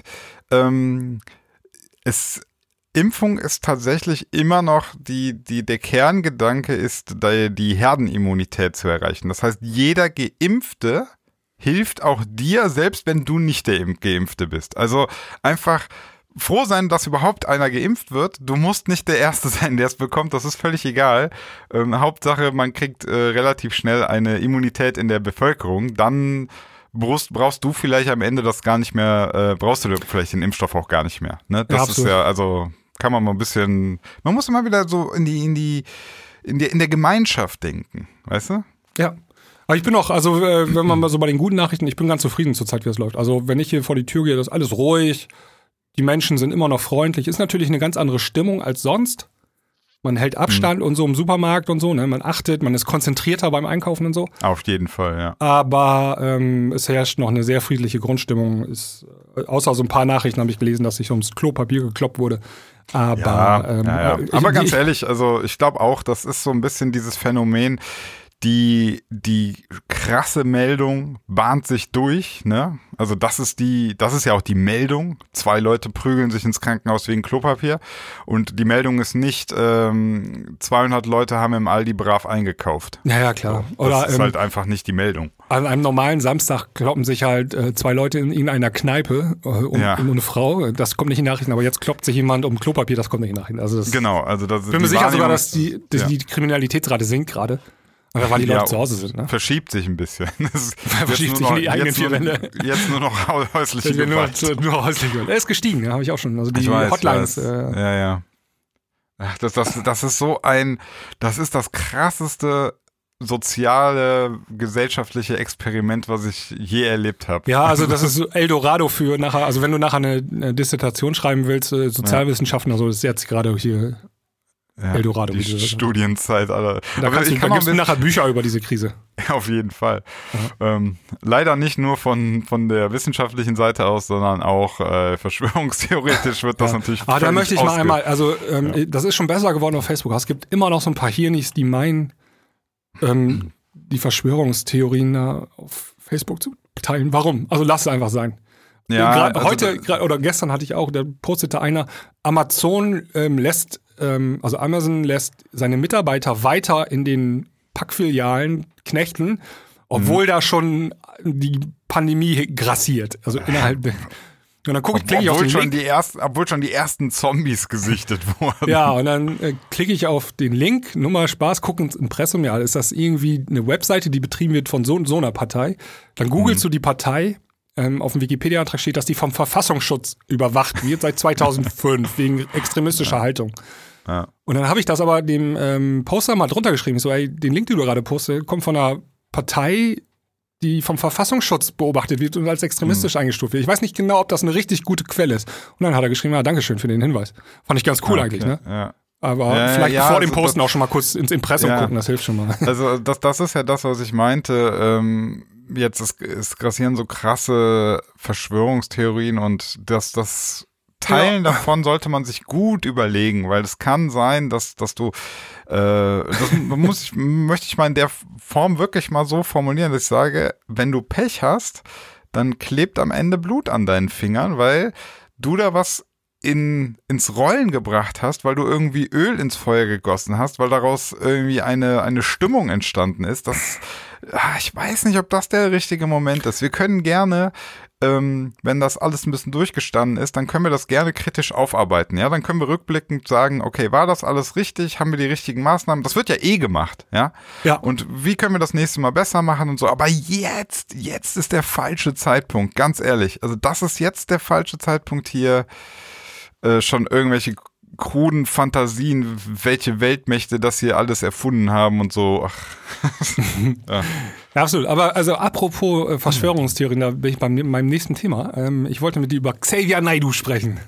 ähm, es, Impfung ist tatsächlich immer noch, die, die, der Kerngedanke ist, die, die Herdenimmunität zu erreichen. Das heißt, jeder Geimpfte hilft auch dir, selbst wenn du nicht der Geimpfte bist. Also einfach froh sein, dass überhaupt einer geimpft wird. Du musst nicht der Erste sein, der es bekommt. Das ist völlig egal. Ähm, Hauptsache, man kriegt äh, relativ schnell eine Immunität in der Bevölkerung. Dann brauchst, brauchst du vielleicht am Ende das gar nicht mehr, äh, brauchst du vielleicht den Impfstoff auch gar nicht mehr. Ne? Das ja, ist ja, also kann man mal ein bisschen, man muss immer wieder so in die, in die, in der, in der Gemeinschaft denken, weißt du? Ja. Aber ich bin auch, also äh, wenn man mal so bei den guten Nachrichten, ich bin ganz zufrieden zurzeit, wie es läuft. Also wenn ich hier vor die Tür gehe, das ist alles ruhig. Die Menschen sind immer noch freundlich. Ist natürlich eine ganz andere Stimmung als sonst. Man hält Abstand mhm. und so im Supermarkt und so. Ne? Man achtet, man ist konzentrierter beim Einkaufen und so. Auf jeden Fall, ja. Aber ähm, es herrscht noch eine sehr friedliche Grundstimmung. Ist, äh, außer so ein paar Nachrichten habe ich gelesen, dass sich ums Klopapier gekloppt wurde. Aber, ja, ähm, ja, ja. Ich, Aber ganz ich, ehrlich, also ich glaube auch, das ist so ein bisschen dieses Phänomen, Die, die krasse Meldung bahnt sich durch, ne? Also das ist die, das ist ja auch die Meldung. Zwei Leute prügeln sich ins Krankenhaus wegen Klopapier. Und die Meldung ist nicht, ähm, zweihundert Leute haben im Aldi brav eingekauft. Ja, ja, klar. So, das Oder, ist ähm, halt einfach nicht die Meldung. An einem normalen Samstag kloppen sich halt äh, zwei Leute in, in einer Kneipe äh, um, ja. um eine Frau. Das kommt nicht in Nachrichten, aber jetzt kloppt sich jemand um Klopapier, das kommt nicht in Nachrichten. Also das, genau, also das ist. Ich bin mir sicher sogar, dass die, dass ja. die Kriminalitätsrate sinkt gerade. Aber weil die Leute ja, zu Hause sind, ne? Verschiebt sich ein bisschen. Verschiebt sich noch, in die eigenen vier Wände. Jetzt nur noch häusliche Gewalt. Nur, nur häusliche Gewalt. Er ist gestiegen, ja, habe ich auch schon. Also die ich weiß, Hotlines. Weiß. Äh, ja, ja. Ach, das, das, das ist so ein, das ist das krasseste soziale, gesellschaftliche Experiment, was ich je erlebt habe. Ja, also das ist Eldorado für nachher, also wenn du nachher eine, eine Dissertation schreiben willst, Sozialwissenschaften, also das ist jetzt gerade hier Ja, Eldorado. Die Studienzeit aller. Da, kannst ich du, kann da gibt's nachher Bücher über diese Krise. Auf jeden Fall. Ähm, leider nicht nur von, von der wissenschaftlichen Seite aus, sondern auch äh, verschwörungstheoretisch wird das ja. natürlich Aber da möchte ich mal einmal, also ähm, ja. das ist schon besser geworden auf Facebook. Es gibt immer noch so ein paar Hirnis, die meinen, ähm, die Verschwörungstheorien da auf Facebook zu teilen. Warum? Also lass es einfach sein. Ja, also heute gra- oder gestern hatte ich auch, da postete einer, Amazon ähm, lässt ähm, also Amazon lässt seine Mitarbeiter weiter in den Packfilialen knechteln, obwohl mhm. da schon die Pandemie grassiert. Also innerhalb der. Und dann gucke ich, klicke ich auf den schon Link. Die ersten, obwohl schon die ersten Zombies gesichtet wurden. Ja, und dann äh, klicke ich auf den Link, nur mal Spaß, gucke ins Impressum, ja, ist das irgendwie eine Webseite, die betrieben wird von so, so einer Partei. Dann googelst mhm. du die Partei. Ähm, auf dem Wikipedia-Eintrag steht, dass die vom Verfassungsschutz überwacht wird seit zweitausendfünf wegen extremistischer ja. Haltung. Ja. Und dann habe ich das aber dem ähm, Poster mal drunter geschrieben. Ich so, ey, den Link, den du gerade postest, kommt von einer Partei, die vom Verfassungsschutz beobachtet wird und als extremistisch mhm. eingestuft wird. Ich weiß nicht genau, ob das eine richtig gute Quelle ist. Und dann hat er geschrieben, ja, Dankeschön für den Hinweis. Fand ich ganz cool okay, eigentlich, ne? Ja. Aber ja, vielleicht ja, vor also dem Posten das, auch schon mal kurz ins Impressum ja. gucken, das hilft schon mal. Also das, das ist ja das, was ich meinte. Ähm, jetzt ist, es grassieren so krasse Verschwörungstheorien und das, das Teilen ja. davon sollte man sich gut überlegen, weil es kann sein, dass, dass du, äh, das muss ich, möchte ich mal in der Form wirklich mal so formulieren, dass ich sage, wenn du Pech hast, dann klebt am Ende Blut an deinen Fingern, weil du da was in, ins Rollen gebracht hast, weil du irgendwie Öl ins Feuer gegossen hast, weil daraus irgendwie eine, eine Stimmung entstanden ist. Das, ich weiß nicht, ob das der richtige Moment ist. Wir können gerne, ähm, wenn das alles ein bisschen durchgestanden ist, dann können wir das gerne kritisch aufarbeiten. Ja, dann können wir rückblickend sagen, okay, war das alles richtig? Haben wir die richtigen Maßnahmen? Das wird ja eh gemacht, ja. Ja. Und wie können wir das nächste Mal besser machen und so? Aber jetzt, jetzt ist der falsche Zeitpunkt, ganz ehrlich. Also das ist jetzt der falsche Zeitpunkt hier, Äh, schon irgendwelche kruden Fantasien, welche Weltmächte das hier alles erfunden haben und so. Ach. ja. Ja, absolut. Aber also apropos äh, Verschwörungstheorien, da bin ich bei meinem nächsten Thema. Ähm, ich wollte mit dir über Xavier Naidoo sprechen.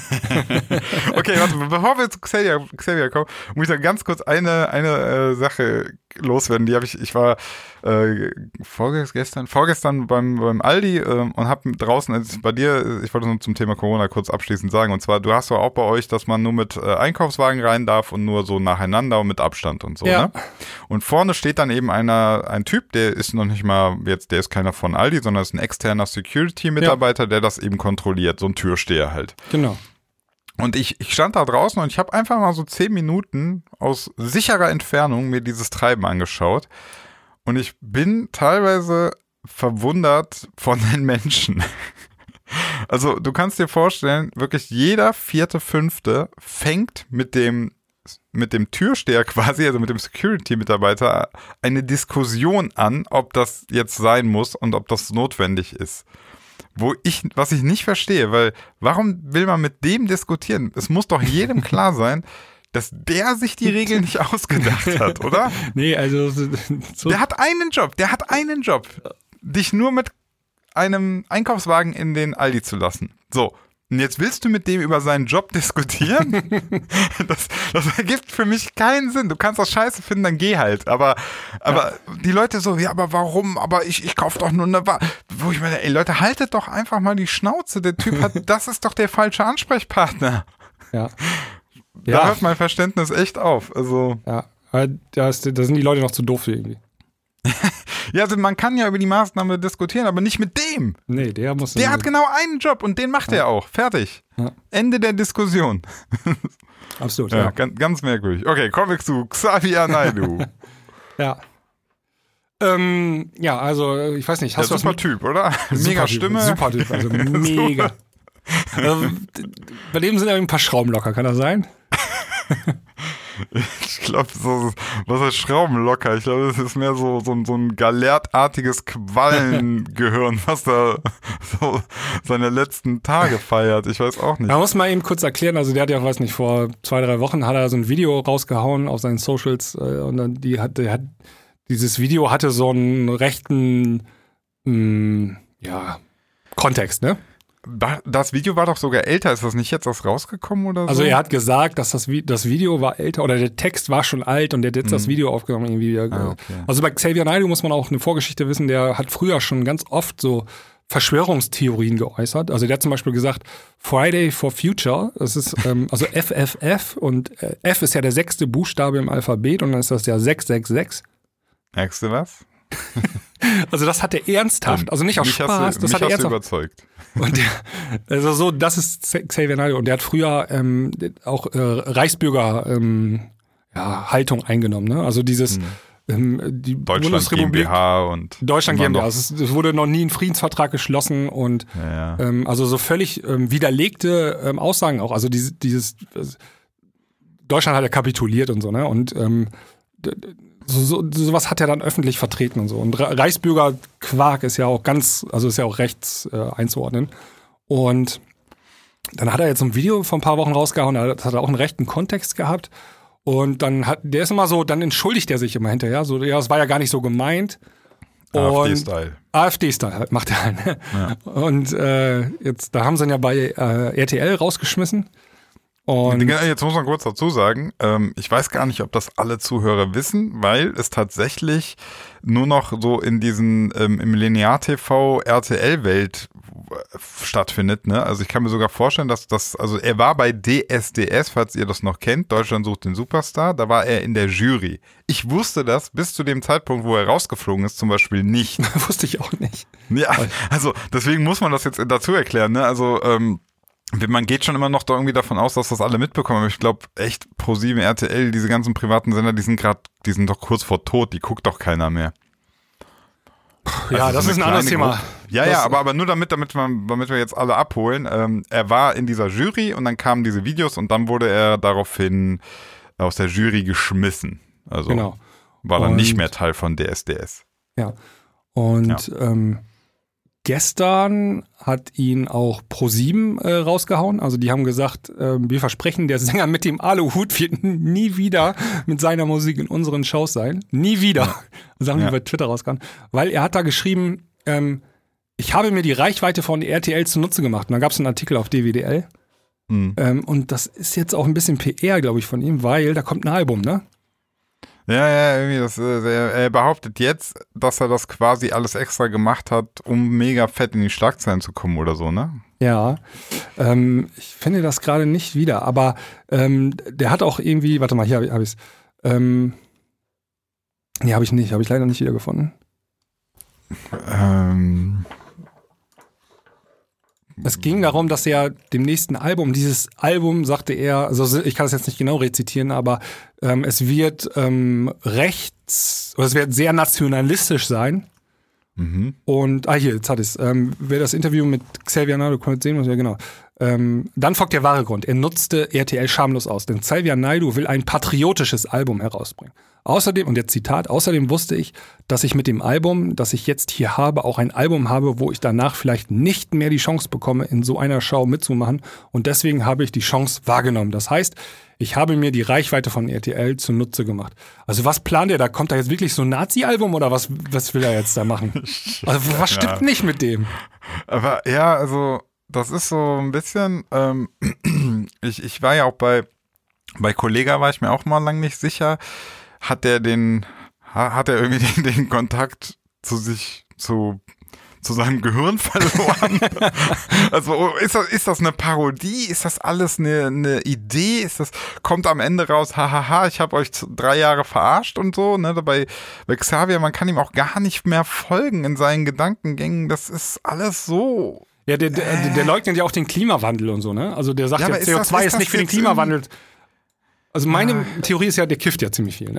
Okay, warte, bevor wir zu Xavier, Xavier kommen, muss ich da ganz kurz eine, eine äh, Sache loswerden. Die habe ich, ich war äh, vorgestern, vorgestern beim, beim Aldi äh, und habe draußen, also bei dir, ich wollte nur zum Thema Corona kurz abschließend sagen, und zwar, du hast doch auch bei euch, dass man nur mit äh, Einkaufswagen rein darf und nur so nacheinander und mit Abstand und so, ja. ne? Und vorne steht dann eben einer, ein Typ, der ist noch nicht mal, jetzt, der ist keiner von Aldi, sondern ist ein externer Security-Mitarbeiter, ja. der das eben kontrolliert, so ein Türsteher halt. Genau. Und ich, ich stand da draußen und ich habe einfach mal so zehn Minuten aus sicherer Entfernung mir dieses Treiben angeschaut. Und ich bin teilweise verwundert von den Menschen. Also du kannst dir vorstellen, wirklich jeder vierte, fünfte fängt mit dem, mit dem Türsteher quasi, also mit dem Security-Mitarbeiter, eine Diskussion an, ob das jetzt sein muss und ob das notwendig ist. Wo ich, was ich nicht verstehe, weil warum will man mit dem diskutieren? Es muss doch jedem klar sein, dass der sich die Regeln nicht ausgedacht hat, oder? Nee, also so. Der hat einen Job, der hat einen Job, dich nur mit einem Einkaufswagen in den Aldi zu lassen. So. Und jetzt willst du mit dem über seinen Job diskutieren? das, das ergibt für mich keinen Sinn. Du kannst das scheiße finden, dann geh halt. Aber, aber ja. die Leute so, ja, aber warum? Aber ich, ich kauf doch nur eine Ware. Wo ich meine, ey Leute, haltet doch einfach mal die Schnauze. Der Typ hat, das ist doch der falsche Ansprechpartner. Ja. Da ja. hört mein Verständnis echt auf. Also. Ja, da sind die Leute noch zu doof für irgendwie. Ja, also man kann ja über die Maßnahme diskutieren, aber nicht mit dem. Nee, der muss. Der hat genau einen Job und den macht ja. er auch. Fertig. Ja. Ende der Diskussion. Absolut, ja. ja. Ganz, ganz merkwürdig. Okay, kommen wir zu Xavier Naidoo. ja. Ähm, ja, also ich weiß nicht. Hast ja, du super was Typ, oder? Super Mega typ, Stimme. Super Typ, also mega. ähm, bei dem sind ja ein paar Schrauben locker, kann das sein? Ich glaube, so, was heißt Schrauben locker? Ich glaube, das ist mehr so, so, so ein galertartiges Quallengehirn, was da so seine letzten Tage feiert. Ich weiß auch nicht. Man muss mal eben kurz erklären, also der hat ja, weiß nicht, vor zwei, drei Wochen hat er so ein Video rausgehauen auf seinen Socials äh, und dann die hat, der hat, dieses Video hatte so einen rechten, mh, ja, Kontext, ne? Das Video war doch sogar älter, ist das nicht jetzt erst rausgekommen oder so? Also er hat gesagt, dass das, Vi- das Video war älter oder der Text war schon alt und der hat jetzt mhm. das Video aufgenommen irgendwie. Ah, okay. Also bei Xavier Naidoo muss man auch eine Vorgeschichte wissen, der hat früher schon ganz oft so Verschwörungstheorien geäußert. Also der hat zum Beispiel gesagt, Friday for Future, das ist ähm, also F F F und äh, F ist ja der sechste Buchstabe im Alphabet und dann ist das ja sechs sechs sechs. Merkst du was? Also das hat er ernsthaft, also nicht aus mich Spaß, hast du, das mich hat er hast du ernsthaft überzeugt. Und der, also so, das ist Xavier Naidoo und der hat früher ähm, auch äh, Reichsbürger ähm, ja, Haltung eingenommen, ne? Also dieses hm. ähm, die Deutschland Bundesrepublik GmbH und Deutschland GmbH. Also es, es wurde noch nie ein Friedensvertrag geschlossen und ja, ja. Ähm, also so völlig ähm, widerlegte ähm, Aussagen auch. Also dieses, dieses Deutschland hat ja kapituliert und so, ne? Und ähm, So, so, sowas hat er dann öffentlich vertreten und so. Und Reichsbürgerquark ist ja auch ganz, also ist ja auch rechts äh, einzuordnen. Und dann hat er jetzt ein Video vor ein paar Wochen rausgehauen, das hat er auch einen rechten Kontext gehabt. Und dann hat, der ist immer so, dann entschuldigt er sich immer hinterher, so, ja, das war ja gar nicht so gemeint. AfD-Style. AfD-Style halt, macht er halt. Ne? Ja. Und äh, jetzt, da haben sie ihn ja bei äh, R T L rausgeschmissen. Und jetzt muss man kurz dazu sagen, ähm, ich weiß gar nicht, ob das alle Zuhörer wissen, weil es tatsächlich nur noch so in diesen ähm, im Linear-T V R T L-Welt stattfindet, ne? Also ich kann mir sogar vorstellen, dass das, also er war bei D S D S, falls ihr das noch kennt, Deutschland sucht den Superstar, da war er in der Jury. Ich wusste das bis zu dem Zeitpunkt, wo er rausgeflogen ist, zum Beispiel nicht. Wusste ich auch nicht. Ja, also deswegen muss man das jetzt dazu erklären, ne? Also ähm, man geht schon immer noch da irgendwie davon aus, dass das alle mitbekommen. Aber ich glaube echt, ProSieben, R T L, diese ganzen privaten Sender, die sind gerade, die sind doch kurz vor tot, die guckt doch keiner mehr. Ja, also das so ist ein anderes Thema. Gruppe. Ja, das ja, aber, aber nur damit, damit, man, damit wir jetzt alle abholen. Ähm, er war in dieser Jury und dann kamen diese Videos und dann wurde er daraufhin aus der Jury geschmissen. Also genau. war dann und, nicht mehr Teil von D S D S. Ja, und ja. Ähm, gestern hat ihn auch ProSieben äh, rausgehauen. Also die haben gesagt, äh, wir versprechen, der Sänger mit dem Aluhut wird nie wieder mit seiner Musik in unseren Shows sein. Nie wieder. Ja. Das haben die ja. bei Twitter rausgehauen. Weil er hat da geschrieben, ähm, ich habe mir die Reichweite von R T L zunutze gemacht. Und dann gab es einen Artikel auf D W D L. Mhm. Ähm, und das ist jetzt auch ein bisschen P R, glaube ich, von ihm, weil da kommt ein Album, ne? Ja, ja, irgendwie, das, er, er behauptet jetzt, dass er das quasi alles extra gemacht hat, um mega fett in die Schlagzeilen zu kommen oder so, ne? Ja, ähm, ich finde das gerade nicht wieder, aber ähm, der hat auch irgendwie, warte mal, hier habe hab ich es. Ähm, nee, habe ich nicht, habe ich leider nicht wiedergefunden. Ähm... Es ging darum, dass er dem nächsten Album, dieses Album, sagte er, also ich kann das jetzt nicht genau rezitieren, aber ähm, es wird ähm, rechts, oder es wird sehr nationalistisch sein. Mhm. Und, ah hier, jetzt hat es, ähm, wer das Interview mit Xavier Naidoo, konnte sehen, was ja genau. Ähm, dann folgt der wahre Grund. Er nutzte R T L schamlos aus, denn Xavier Naidoo will ein patriotisches Album herausbringen. Außerdem, und jetzt Zitat, außerdem wusste ich, dass ich mit dem Album, das ich jetzt hier habe, auch ein Album habe, wo ich danach vielleicht nicht mehr die Chance bekomme, in so einer Show mitzumachen. Und deswegen habe ich die Chance wahrgenommen. Das heißt, ich habe mir die Reichweite von R T L zunutze gemacht. Also was plant er da? Kommt da jetzt wirklich so ein Nazi-Album oder was, was will er jetzt da machen? Also was stimmt ja. nicht mit dem? Aber ja, also das ist so ein bisschen, ähm, ich, ich war ja auch bei, bei Kollega war ich mir auch mal lang nicht sicher. Hat der den, hat er irgendwie den, den Kontakt zu sich, zu, zu seinem Gehirn verloren? Also ist das, ist das eine Parodie? Ist das alles eine, eine Idee? Ist das, kommt am Ende raus, hahaha, ich habe euch drei Jahre verarscht und so, ne? Bei, bei Xavier, man kann ihm auch gar nicht mehr folgen in seinen Gedankengängen. Das ist alles so. Ja, der, der, äh. der leugnet ja auch den Klimawandel und so, ne? Also der sagt ja, ja C O zwei ist, ist nicht für den Klimawandel. Also meine ah. Theorie ist ja, der kifft ja ziemlich viel, ne?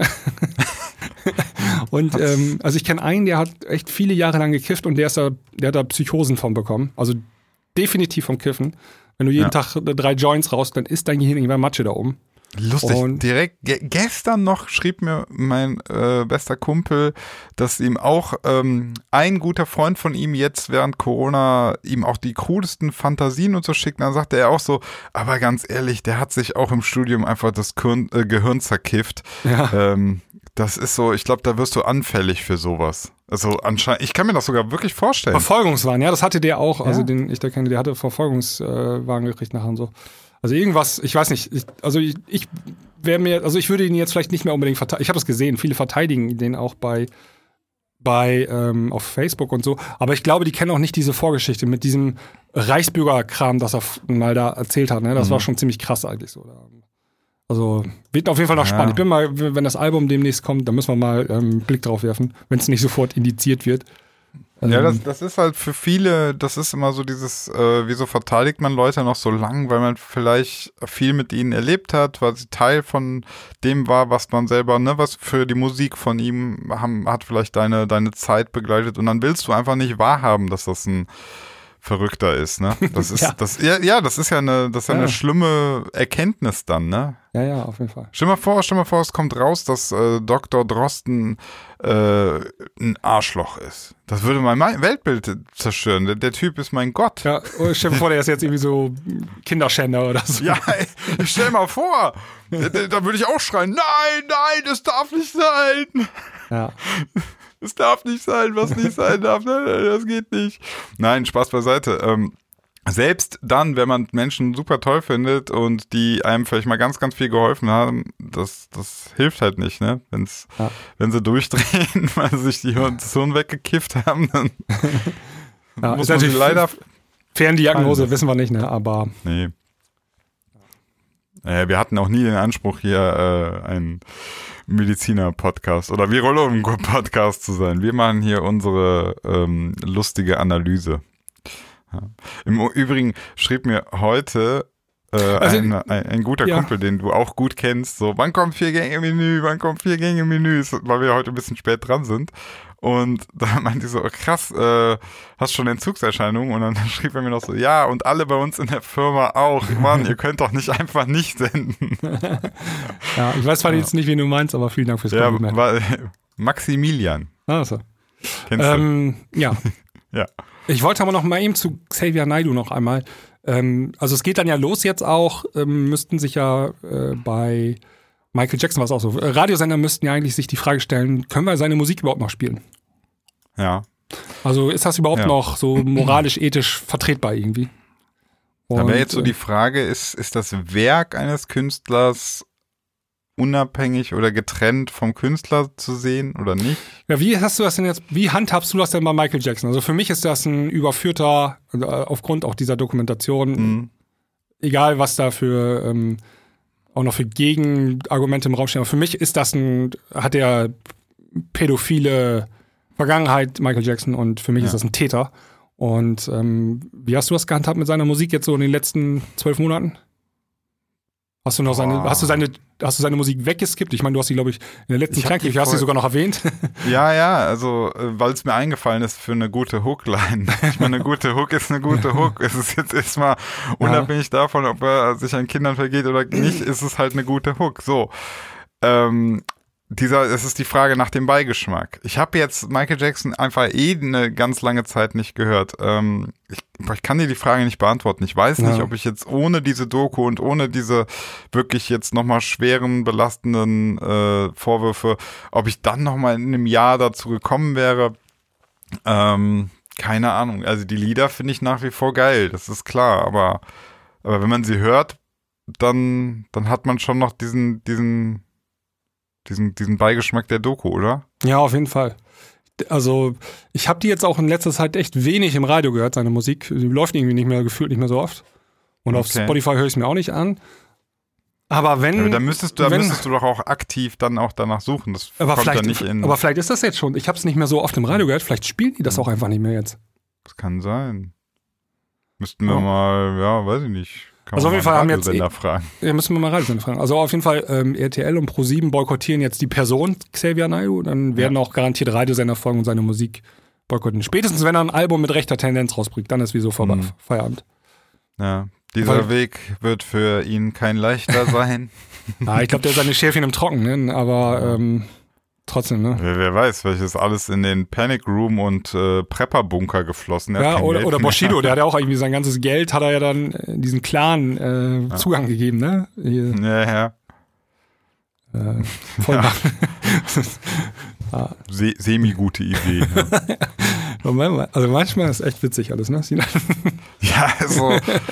Und ähm, also ich kenne einen, der hat echt viele Jahre lang gekifft und der ist da, der hat da Psychosen von bekommen. Also definitiv vom Kiffen. Wenn du jeden ja. Tag drei Joints raus, dann ist dein Gehirn irgendwann Matsche da oben. Lustig, und direkt ge- gestern noch schrieb mir mein äh, bester Kumpel, dass ihm auch ähm, ein guter Freund von ihm jetzt während Corona ihm auch die krudesten Fantasien und so schickt. Dann sagte er auch so, aber ganz ehrlich, der hat sich auch im Studium einfach das Gehirn, äh, Gehirn zerkifft. Ja. Ähm, das ist so, ich glaube, da wirst du anfällig für sowas. Also anscheinend, ich kann mir das sogar wirklich vorstellen. Verfolgungswahn, ja, das hatte der auch. Ja. Also den ich da kenne, der hatte Verfolgungswahn gekriegt nachher und so. Also irgendwas, ich weiß nicht, ich, also ich, ich wäre mir, also ich würde ihn jetzt vielleicht nicht mehr unbedingt verteidigen. Ich habe das gesehen, viele verteidigen den auch bei, bei ähm, auf Facebook und so. Aber ich glaube, die kennen auch nicht diese Vorgeschichte mit diesem Reichsbürgerkram, das er mal da erzählt hat. Ne? Das mhm. war schon ziemlich krass eigentlich so. Also wird auf jeden Fall noch ja. spannend. Ich bin mal, wenn das Album demnächst kommt, dann müssen wir mal ähm, einen Blick drauf werfen, wenn es nicht sofort indiziert wird. Ja, das, das ist halt für viele, das ist immer so dieses, äh, wieso verteidigt man Leute noch so lang, weil man vielleicht viel mit ihnen erlebt hat, weil sie Teil von dem war, was man selber, ne, was für die Musik von ihm haben, hat vielleicht deine, deine Zeit begleitet und dann willst du einfach nicht wahrhaben, dass das ein Verrückter ist, ne? Das ist, ja. das, ja, ja, das ist ja eine, das ist ja, ja eine schlimme Erkenntnis dann, ne? Ja, ja, auf jeden Fall. Stell mal vor, stell mal vor, es kommt raus, dass äh, Doktor Drosten äh, ein Arschloch ist. Das würde mein Weltbild zerstören. Der, der Typ ist mein Gott. Ja, stell dir vor, der ist jetzt irgendwie so Kinderschänder oder so. Ja, ey, stell mal vor, da, da würde ich auch schreien, nein, nein, das darf nicht sein. Ja. Es darf nicht sein, was nicht sein darf. Das geht nicht. Nein, Spaß beiseite. Ähm, selbst dann, wenn man Menschen super toll findet und die einem vielleicht mal ganz, ganz viel geholfen haben, das, das hilft halt nicht, ne? Wenn's, ja. Wenn sie durchdrehen, weil sie sich die Hirn weggekifft haben, dann ja, muss man sie leider... Ferndiagnose wissen wir nicht, ne? Aber... Nee. Äh, wir hatten auch nie den Anspruch, hier äh, ein Mediziner-Podcast oder Virologen-Podcast zu sein. Wir machen hier unsere ähm, lustige Analyse. Ja. Im Übrigen schrieb mir heute äh, also, ein, ein, ein guter ja. Kumpel, den du auch gut kennst, so, wann kommt Vier-Gänge-Menü, wann kommt Vier-Gänge-Menü, weil wir heute ein bisschen spät dran sind. Und da meinte ich so, oh, krass, äh, hast schon Entzugserscheinungen? Und dann schrieb er mir noch so, ja, und alle bei uns in der Firma auch. Mann, ihr könnt doch nicht einfach nicht senden. Ja, ich weiß zwar ja. jetzt nicht, wen du meinst, aber vielen Dank fürs Kompliment. Ja, war, Maximilian. Ah, so. Kennst ähm, du? Ja. Ja. Ich wollte aber noch mal eben zu Xavier Naidoo noch einmal. Ähm, also es geht dann ja los jetzt auch, ähm, müssten sich ja äh, bei Michael Jackson war es auch so. Radiosender müssten ja eigentlich sich die Frage stellen, können wir seine Musik überhaupt noch spielen? Ja. Also ist das überhaupt ja. noch so moralisch, ethisch vertretbar irgendwie? Und, da wäre jetzt so die Frage, ist, ist das Werk eines Künstlers unabhängig oder getrennt vom Künstler zu sehen oder nicht? Ja, wie hast du das denn jetzt, wie handhabst du das denn bei Michael Jackson? Also für mich ist das ein überführter, also aufgrund auch dieser Dokumentation, mhm. egal was da für ähm, auch noch für Gegenargumente im Raum stehen, aber für mich ist das ein, hat der pädophile Vergangenheit, Michael Jackson, und für mich ja. ist das ein Täter. Und ähm, wie hast du das gehandhabt mit seiner Musik jetzt so in den letzten zwölf Monaten? Hast du noch seine, hast du seine, hast du seine Musik weggeskippt? Ich meine, du hast sie, glaube ich, in der letzten Krankenhilfe, hast du sie sogar noch erwähnt. Ja, ja, also, weil es mir eingefallen ist für eine gute Hookline. Ich meine, eine gute Hook ist eine gute Hook. Es ist jetzt erstmal unabhängig ja. davon, ob er sich an Kindern vergeht oder nicht, ist es halt eine gute Hook. So. Ähm, Dieser, es ist die Frage nach dem Beigeschmack. Ich habe jetzt Michael Jackson einfach eh eine ganz lange Zeit nicht gehört. Ähm, ich, ich kann dir die Frage nicht beantworten. Ich weiß ja. nicht, ob ich jetzt ohne diese Doku und ohne diese wirklich jetzt nochmal schweren, belastenden äh, Vorwürfe, ob ich dann nochmal in einem Jahr dazu gekommen wäre. Ähm, keine Ahnung. Also die Lieder finde ich nach wie vor geil, das ist klar. Aber, aber wenn man sie hört, dann, dann hat man schon noch diesen, diesen Diesen, diesen Beigeschmack der Doku, oder? Ja, auf jeden Fall. Also ich habe die jetzt auch in letzter Zeit echt wenig im Radio gehört, seine Musik. Die läuft irgendwie nicht mehr, gefühlt nicht mehr so oft. Und okay. auf Spotify höre ich es mir auch nicht an. Aber wenn... Ja, da müsstest, du, da wenn, müsstest du doch auch aktiv dann auch danach suchen. Das aber kommt vielleicht, ja nicht in... Aber vielleicht ist das jetzt schon. Ich habe es nicht mehr so oft im Radio gehört. Vielleicht spielen die das auch einfach nicht mehr jetzt. Das kann sein. Müssten wir oh. mal, ja, weiß ich nicht... Kann also auf jeden Fall haben jetzt fragen. Ja, müssen wir mal Radiosender fragen. Also auf jeden Fall ähm, R T L und ProSieben boykottieren jetzt die Person Xavier Naidoo. Dann werden ja. auch garantiert Radiosender folgen und seine Musik boykottieren. Spätestens wenn er ein Album mit rechter Tendenz rausbringt, dann ist wieso vorbei, mhm. Feierabend. Ja, dieser Weil, Weg wird für ihn kein leichter sein. Ja, ich glaube, der ist seine Schäfchen im Trockenen, aber ähm, trotzdem, ne? Wer, wer weiß, welches alles in den Panic Room und äh, Prepper-Bunker geflossen. Ja, oder, oder Bushido, der hat ja auch irgendwie sein ganzes Geld, hat er ja dann in diesen Clan äh, ja. Zugang gegeben, ne? Hier. Ja, ja. Äh, voll ja. ja. Se- semi-gute Idee. Ja. Also manchmal ist echt witzig alles, ne? Ja, also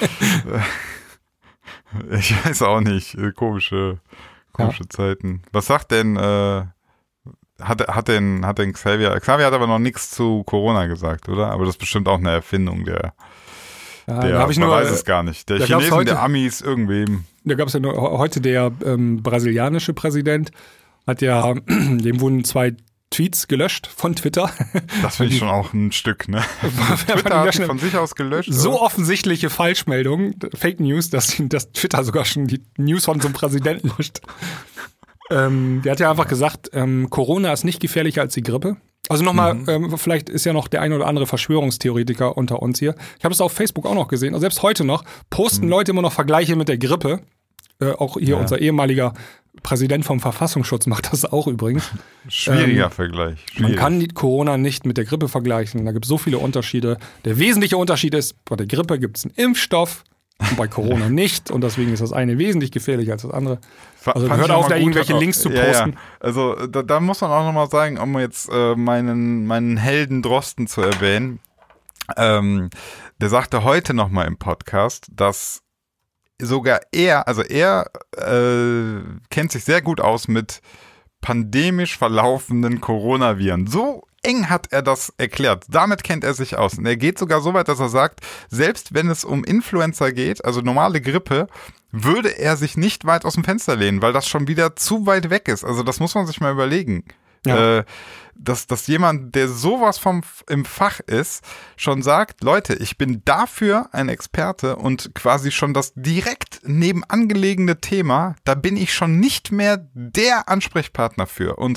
ich weiß auch nicht, komische, komische ja. Zeiten. Was sagt denn äh, Hat, hat, den, hat den Xavier, Xavier hat aber noch nichts zu Corona gesagt, oder? Aber das ist bestimmt auch eine Erfindung der, ja, der hab ich man nur, weiß es gar nicht. Der Chinesen, heute, der Amis, irgendwem. Da gab es ja nur, heute der ähm, brasilianische Präsident, hat ja, dem wurden zwei Tweets gelöscht von Twitter. Das finde ich schon auch ein Stück, ne? Twitter hat die von sich aus gelöscht. So oder? Offensichtliche Falschmeldung, Fake News, dass, dass Twitter sogar schon die News von so einem Präsidenten löscht. Ähm, der hat ja einfach gesagt, ähm, Corona ist nicht gefährlicher als die Grippe. Also nochmal, mhm. ähm, vielleicht ist ja noch der ein oder andere Verschwörungstheoretiker unter uns hier. Ich habe es auf Facebook auch noch gesehen, also selbst heute noch, posten mhm. Leute immer noch Vergleiche mit der Grippe. Äh, auch hier ja. unser ehemaliger Präsident vom Verfassungsschutz macht das auch übrigens. Schwieriger ähm, Vergleich. Schwierig. Man kann die Corona nicht mit der Grippe vergleichen. Da gibt es so viele Unterschiede. Der wesentliche Unterschied ist, bei der Grippe gibt es einen Impfstoff und bei Corona nicht. Und deswegen ist das eine wesentlich gefährlicher als das andere. Also Fand hört ich auf, auch da mal gut, irgendwelche auch- Links zu ja, posten. Ja. Also da, da muss man auch nochmal sagen, um jetzt äh, meinen, meinen Helden Drosten zu erwähnen, ähm, der sagte heute nochmal im Podcast, dass sogar er, also er äh, kennt sich sehr gut aus mit pandemisch verlaufenden Coronaviren. So eng hat er das erklärt. Damit kennt er sich aus. Und er geht sogar so weit, dass er sagt, selbst wenn es um Influenza geht, also normale Grippe, würde er sich nicht weit aus dem Fenster lehnen, weil das schon wieder zu weit weg ist. Also das muss man sich mal überlegen. Ja. Äh, dass, dass jemand, der sowas vom im Fach ist, schon sagt, Leute, ich bin dafür ein Experte und quasi schon das direkt nebenan gelegene Thema, da bin ich schon nicht mehr der Ansprechpartner für. Und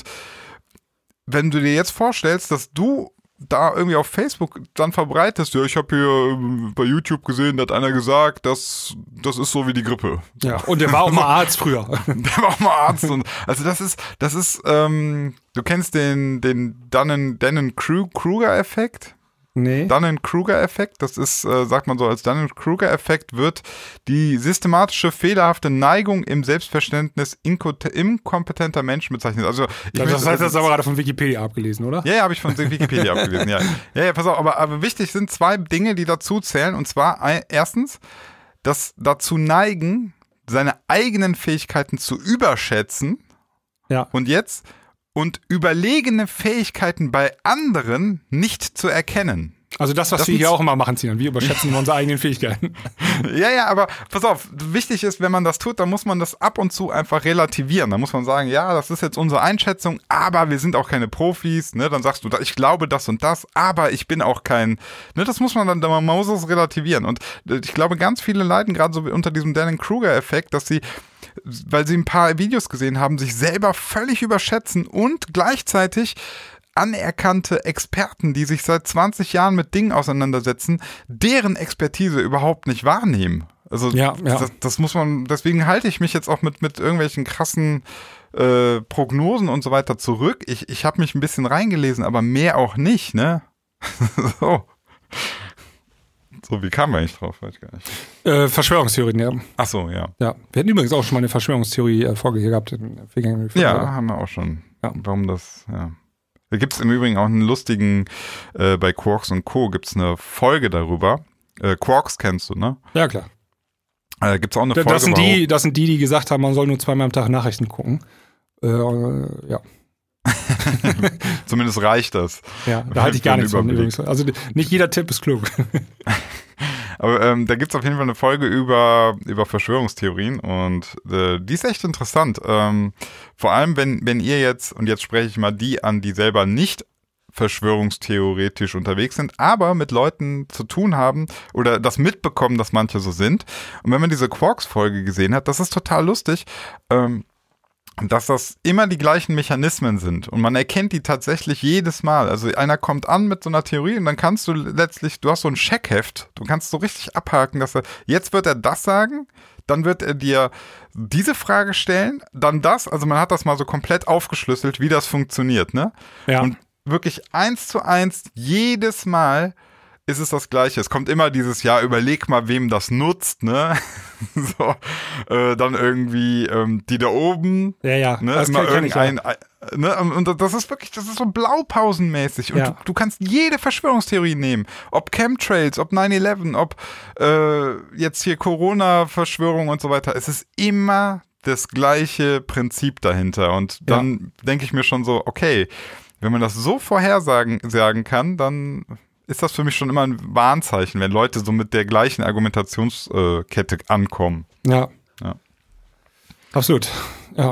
wenn du dir jetzt vorstellst, dass du da irgendwie auf Facebook dann verbreitest, ja, ich habe hier ähm, bei YouTube gesehen, da hat einer gesagt, dass das ist so wie die Grippe. Ja, und der war auch mal Arzt früher. Der war auch mal Arzt. Und, also das ist, das ist, ähm, du kennst den, den Dunning- Dunning-Kruger-Effekt? Nee. Dunning-Kruger-Effekt, das ist, äh, sagt man so, als Dunning-Kruger-Effekt wird die systematische fehlerhafte Neigung im Selbstverständnis inko- inkompetenter Menschen bezeichnet. Also ich Das möchte- heißt, das ist aber gerade von Wikipedia abgelesen, oder? ja, ja, habe ich von Wikipedia abgelesen, ja. Ja, ja, pass auf, aber, aber wichtig sind zwei Dinge, die dazu zählen. Und zwar ein, erstens, das dazu neigen, seine eigenen Fähigkeiten zu überschätzen. Ja. Und jetzt, und überlegene Fähigkeiten bei anderen nicht zu erkennen. Also das, was Das wir sind- hier auch immer machen, Sinan. Wir überschätzen unsere eigenen Fähigkeiten. Ja, ja, aber pass auf, wichtig ist, wenn man das tut, dann muss man das ab und zu einfach relativieren. Dann muss man sagen, ja, das ist jetzt unsere Einschätzung, aber wir sind auch keine Profis, ne? Dann sagst du, ich glaube das und das, aber ich bin auch kein, ne? Das muss man dann, man muss es relativieren. Und ich glaube, ganz viele leiden gerade so unter diesem Dunning-Kruger-Effekt, dass sie, weil sie ein paar Videos gesehen haben, sich selber völlig überschätzen und gleichzeitig anerkannte Experten, die sich seit zwanzig Jahren mit Dingen auseinandersetzen, deren Expertise überhaupt nicht wahrnehmen. Also Ja, ja. Das, das muss man, deswegen halte ich mich jetzt auch mit, mit irgendwelchen krassen äh, Prognosen und so weiter zurück. Ich, ich habe mich ein bisschen reingelesen, aber mehr auch nicht, ne? so. So, wie kam man eigentlich drauf? Weiß ich gar nicht. Äh, Verschwörungstheorien, ja. Ach so, ja. ja. Wir hatten übrigens auch schon mal eine Verschwörungstheorie-Folge hier gehabt. In der vergangenen Folge. Ja, haben wir auch schon. Ja. Warum das, ja. Da gibt es im Übrigen auch einen lustigen, äh, bei Quarks und Co. gibt es eine Folge darüber. Äh, Quarks kennst du, ne? Ja, klar. Äh, gibt es auch eine Das, Folge. das, sind warum- die, das sind die, die gesagt haben, man soll nur zweimal am Tag Nachrichten gucken. Äh, ja. Zumindest reicht das. Ja, da halte ich gar Für einen nichts von Überblick. übrigens. Also nicht jeder Tipp ist klug. Aber ähm, da gibt es auf jeden Fall eine Folge über, über Verschwörungstheorien und äh, die ist echt interessant. Ähm, vor allem, wenn, wenn ihr jetzt, und jetzt spreche ich mal die an, die selber nicht verschwörungstheoretisch unterwegs sind, aber mit Leuten zu tun haben oder das mitbekommen, dass manche so sind. Und wenn man diese Quarks-Folge gesehen hat, das ist total lustig, ähm, dass das immer die gleichen Mechanismen sind und man erkennt die tatsächlich jedes Mal. Also einer kommt an mit so einer Theorie und dann kannst du letztlich, du hast so ein Checkheft, du kannst so richtig abhaken, dass er, jetzt wird er das sagen, dann wird er dir diese Frage stellen, dann das, also man hat das mal so komplett aufgeschlüsselt, wie das funktioniert, ne? Ja. Und wirklich eins zu eins, jedes Mal ist es das Gleiche. Es kommt immer dieses, ja, überleg mal, wem das nutzt, ne? so, äh, dann irgendwie ähm, die da oben, Ja, ja. ne? Das Immer kenn- kenn ich, ja. irgendein, äh, ne? Und das ist wirklich, das ist so blaupausenmäßig. Und Ja. du, du kannst jede Verschwörungstheorie nehmen. Ob Chemtrails, ob nine eleven, ob äh, jetzt hier Corona-Verschwörung und so weiter. Es ist immer das gleiche Prinzip dahinter. Und dann denke ich mir schon so, okay, wenn man das so vorhersagen sagen kann, dann ist das für mich schon immer ein Warnzeichen, wenn Leute so mit der gleichen Argumentationskette ankommen. Ja. Ja. Absolut. Ja.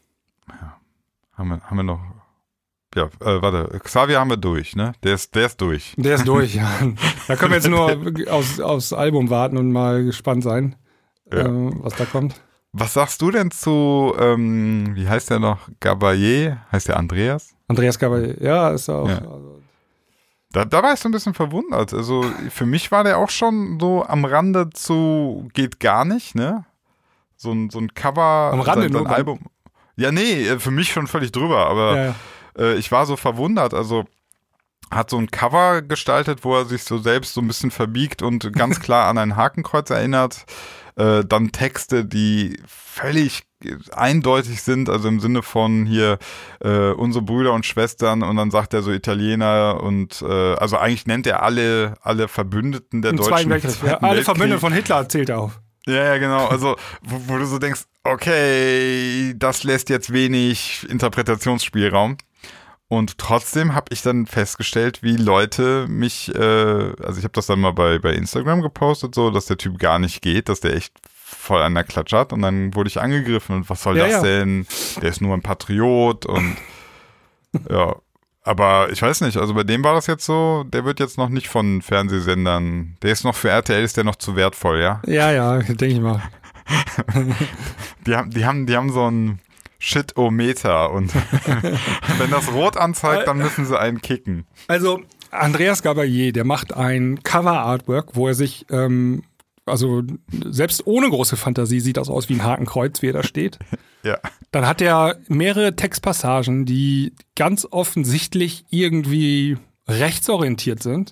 Haben wir, haben wir noch. Ja, äh, warte, Xavier haben wir durch, ne? Der ist, der ist durch. Der ist durch, ja. Da können wir jetzt nur aus, aufs Album warten und mal gespannt sein, Ja. äh, was da kommt. Was sagst du denn zu, ähm, wie heißt der noch? Gabayé? Heißt der Andreas? Andreas Gabay, ja, ist auch. Ja. Also, Da, da war ich so ein bisschen verwundert. Also für mich war der auch schon so am Rande zu geht gar nicht, ne? So ein, so ein Cover, Am Rande sein, sein nur? Album. Ja, nee, für mich schon völlig drüber, aber ja, ja. äh, ich war so verwundert. Also hat so ein Cover gestaltet, wo er sich so selbst so ein bisschen verbiegt und ganz klar an ein Hakenkreuz erinnert. Äh, dann Texte, die völlig eindeutig sind, also im Sinne von hier äh, unsere Brüder und Schwestern, und dann sagt er so Italiener und äh, also eigentlich nennt er alle alle Verbündeten der Im Deutschen. Zweiten Weltkrieg. Ja, alle Verbündeten von Hitler zählt er auf. Ja, ja, genau. Also wo, wo du so denkst, okay, das lässt jetzt wenig Interpretationsspielraum. Und trotzdem habe ich dann festgestellt, wie Leute mich, äh, also ich habe das dann mal bei, bei Instagram gepostet, so, dass der Typ gar nicht geht, dass der echt voll an der Klatsche hat, und dann wurde ich angegriffen und was soll ja, das ja. denn? Der ist nur ein Patriot und ja, aber ich weiß nicht, also bei dem war das jetzt so, der wird jetzt noch nicht von Fernsehsendern, der ist noch für R T L, ist der noch zu wertvoll, ja? Ja, ja, denke ich mal. die haben, die haben, die haben so ein Shit-O-Meter und wenn das rot anzeigt, dann müssen sie einen kicken. Also Andreas Gabalier, der macht ein Cover-Artwork, wo er sich, ähm, also selbst ohne große Fantasie sieht das aus wie ein Hakenkreuz, wie er da steht. Ja. Dann hat er mehrere Textpassagen, die ganz offensichtlich irgendwie rechtsorientiert sind.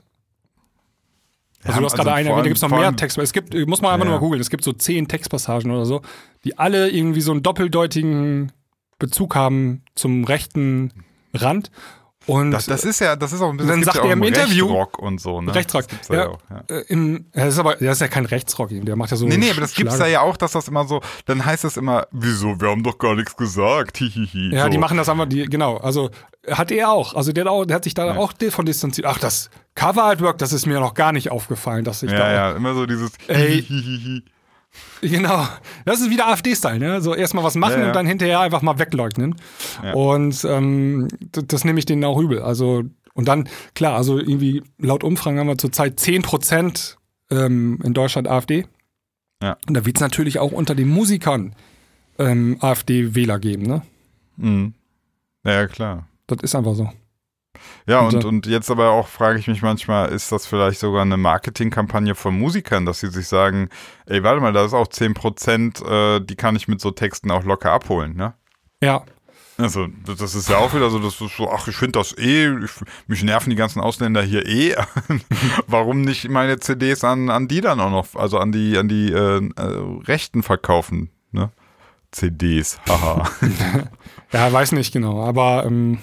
Also Ja, du hast gerade also eine, vor da allem- gibt es noch vor mehr allem- Text. Es gibt, muss man einfach Ja, nur ja. mal googeln, es gibt so zehn Textpassagen oder so, die alle irgendwie so einen doppeldeutigen Bezug haben zum rechten Rand. Und Das, das ist ja, das ist auch ein bisschen, Dann das gibt's sagt ja er auch im Interview- Rechtsrock und so, ne? Rechtsrock. Das gibt's da Ja, ja auch, ja. äh, im, das ist aber, das ist ja kein Rechtsrock, der macht ja so. Nee, nee, aber das gibt's da Schlager. ja auch, dass das immer so, dann heißt es immer, wieso, wir haben doch gar nichts gesagt, hihihi. Ja, so. die machen das einfach, die, genau. Also hat er auch. Also der, hat auch, der hat sich da Ja. auch von distanziert. Ach, das Cover-Artwork, das ist mir noch gar nicht aufgefallen, dass ich Ja, da. ja, immer so dieses Ey. hihihihi. Genau. Das ist wieder AfD-Style, ne? So erstmal was machen Ja, ja. und dann hinterher einfach mal wegleugnen. Ja. Und ähm, das, das nehme ich denen auch übel. Also, und dann, klar, also irgendwie laut Umfragen haben wir zurzeit zehn Prozent ähm, in Deutschland AfD. Ja. Und da wird es natürlich auch unter den Musikern ähm, AfD-Wähler geben, ne? Mhm. Ja, ja, klar. Das ist einfach so. Ja, Und und, so- und jetzt aber auch frage ich mich manchmal, ist das vielleicht sogar eine Marketingkampagne von Musikern, dass sie sich sagen, ey, warte mal, da ist auch zehn Prozent, äh, die kann ich mit so Texten auch locker abholen, ne? Ja. Also, das das ist ja auch wieder so, das ist so, ach, ich finde das eh, ich, mich nerven die ganzen Ausländer hier eh. Warum nicht meine C Ds an, an die dann auch noch, also an die, an die äh, äh, Rechten verkaufen, ne? C Ds, haha. Ja, weiß nicht genau, aber ähm,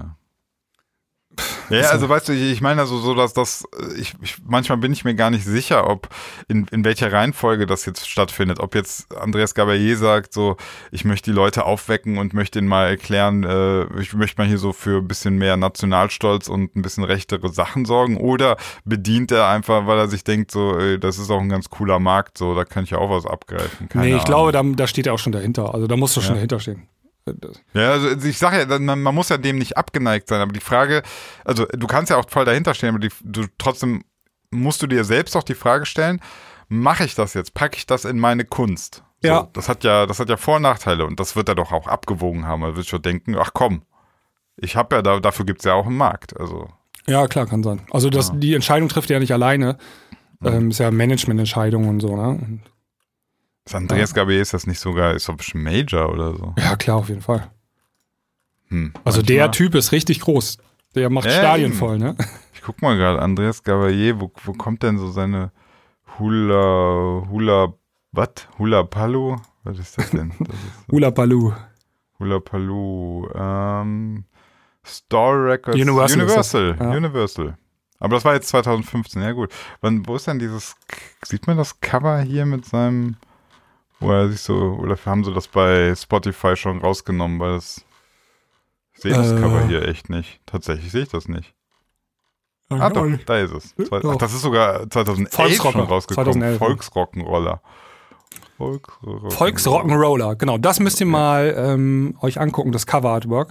Ja, So. also weißt du, ich ich meine also so, dass das, ich, ich manchmal bin ich mir gar nicht sicher, ob in, in welcher Reihenfolge das jetzt stattfindet. Ob jetzt Andreas Gabalier sagt, so, ich möchte die Leute aufwecken und möchte ihnen mal erklären, äh, ich möchte mal hier so für ein bisschen mehr Nationalstolz und ein bisschen rechtere Sachen sorgen, oder bedient er einfach, weil er sich denkt, so, ey, das ist auch ein ganz cooler Markt, so, da kann ich ja auch was abgreifen. Keine nee, ich Ahnung. glaube, da, da steht er auch schon dahinter. Also da musst du schon Ja. dahinter stehen. Ja, also ich sage ja, man, man muss ja dem nicht abgeneigt sein, aber die Frage, also du kannst ja auch voll dahinter stehen, aber die, du trotzdem musst du dir selbst auch die Frage stellen, mache ich das jetzt, packe ich das in meine Kunst? So, Ja. Das hat ja, das hat ja Vor- und Nachteile, und das wird er doch auch abgewogen haben. Er wird schon denken, ach komm, ich habe ja, da, dafür gibt es ja auch einen Markt. Also Ja, klar, kann sein. Also das, die Entscheidung trifft er ja nicht alleine. Ähm, ist ja Managemententscheidung und so, ne? Und, ist Andreas Gabalier, ist das nicht sogar, ist doch schon Major oder so? ja, klar, auf jeden Fall. Hm, Also manchmal- der Typ ist richtig groß. Der macht Ja, Stadien eben. voll, ne? Ich guck mal gerade, Andreas Gabalier, wo, wo kommt denn so seine Hula, Hula, was? Hula Palu? Was ist das denn? Das ist Hula Baloo. Hula Palu, ähm, Star Records, Universal ist das, Universal, ja. Universal. Aber das war jetzt zwanzig fünfzehn, ja gut. Wann, wo ist denn dieses, sieht man das Cover hier mit seinem, wo er sich so, oder haben sie das bei Spotify schon rausgenommen, weil das, ich sehe das Äh. Cover hier echt nicht. Tatsächlich sehe ich das nicht. Ah doch, da ist es. Zwei, Doch. ach, das ist sogar zwanzig elf Volksrocker, schon rausgekommen. zwanzig elf. Volksrockenroller. Volksrocken- Volksrock'n'Roller, genau. Das müsst ihr mal ähm, euch angucken, das Cover-Artwork.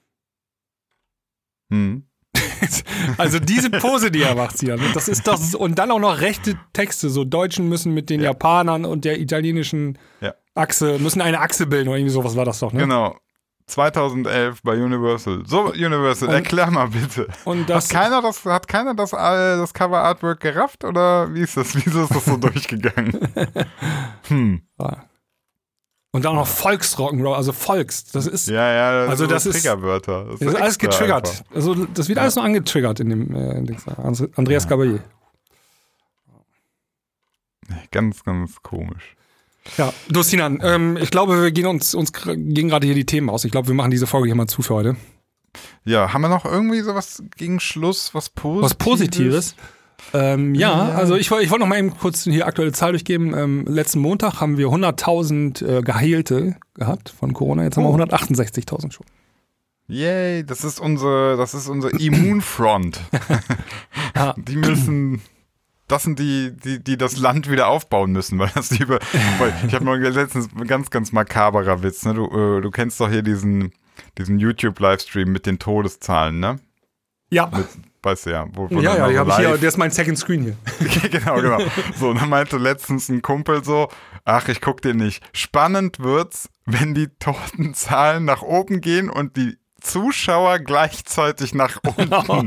Hm. Also diese Pose, die er macht hier, ne, das ist das, und dann auch noch rechte Texte, so Deutschen müssen mit den Ja. Japanern und der italienischen Ja. Achse, müssen eine Achse bilden oder irgendwie sowas war das doch, ne? Genau. zwanzig elf bei Universal. So, Universal, Und- erklär mal bitte. Und Hat das, keiner das, hat keiner das, äh, das Cover-Artwork gerafft, oder wie ist das? Wieso ist das so durchgegangen? Hm. Ja. Und dann auch noch Volksrock'n'Roll, also Volks. Das ist. Ja, ja, das also sind das so ist Triggerwörter. Das, das ist alles getriggert. Einfach. Also das wird alles ja. nur angetriggert in dem äh, in Andreas ja. Gabalier. Ganz, ganz komisch. Ja, du Sinan, ähm, ich glaube, wir gehen uns, uns gehen gerade hier die Themen aus. Ich glaube, wir machen diese Folge hier mal zu für heute. Ja, haben wir noch irgendwie sowas gegen Schluss, was Positives? Was Positives? Ähm, ja, ja, also ich, ich wollte noch mal eben kurz hier aktuelle Zahl durchgeben. Ähm, letzten Montag haben wir hunderttausend äh, Geheilte gehabt von Corona. Jetzt haben oh. wir hundertachtundsechzigtausend schon. Yay, das ist unsere, das ist unsere Immunfront. ja. Die müssen... Das sind die, die, die das Land wieder aufbauen müssen, weil das die über, weil ich habe mal letztens ein ganz, ganz makaberer Witz, ne? Du, äh, du kennst doch hier diesen, diesen YouTube-Livestream mit den Todeszahlen, ne? Ja. Mit, weißt du ja. Wo, wo ja, ja, die hab ich hier, der ist mein Second Screen hier. genau, genau. So, und dann meinte letztens ein Kumpel so, ach, ich guck dir nicht. Spannend wird's, wenn die Totenzahlen nach oben gehen und die Zuschauer gleichzeitig nach unten.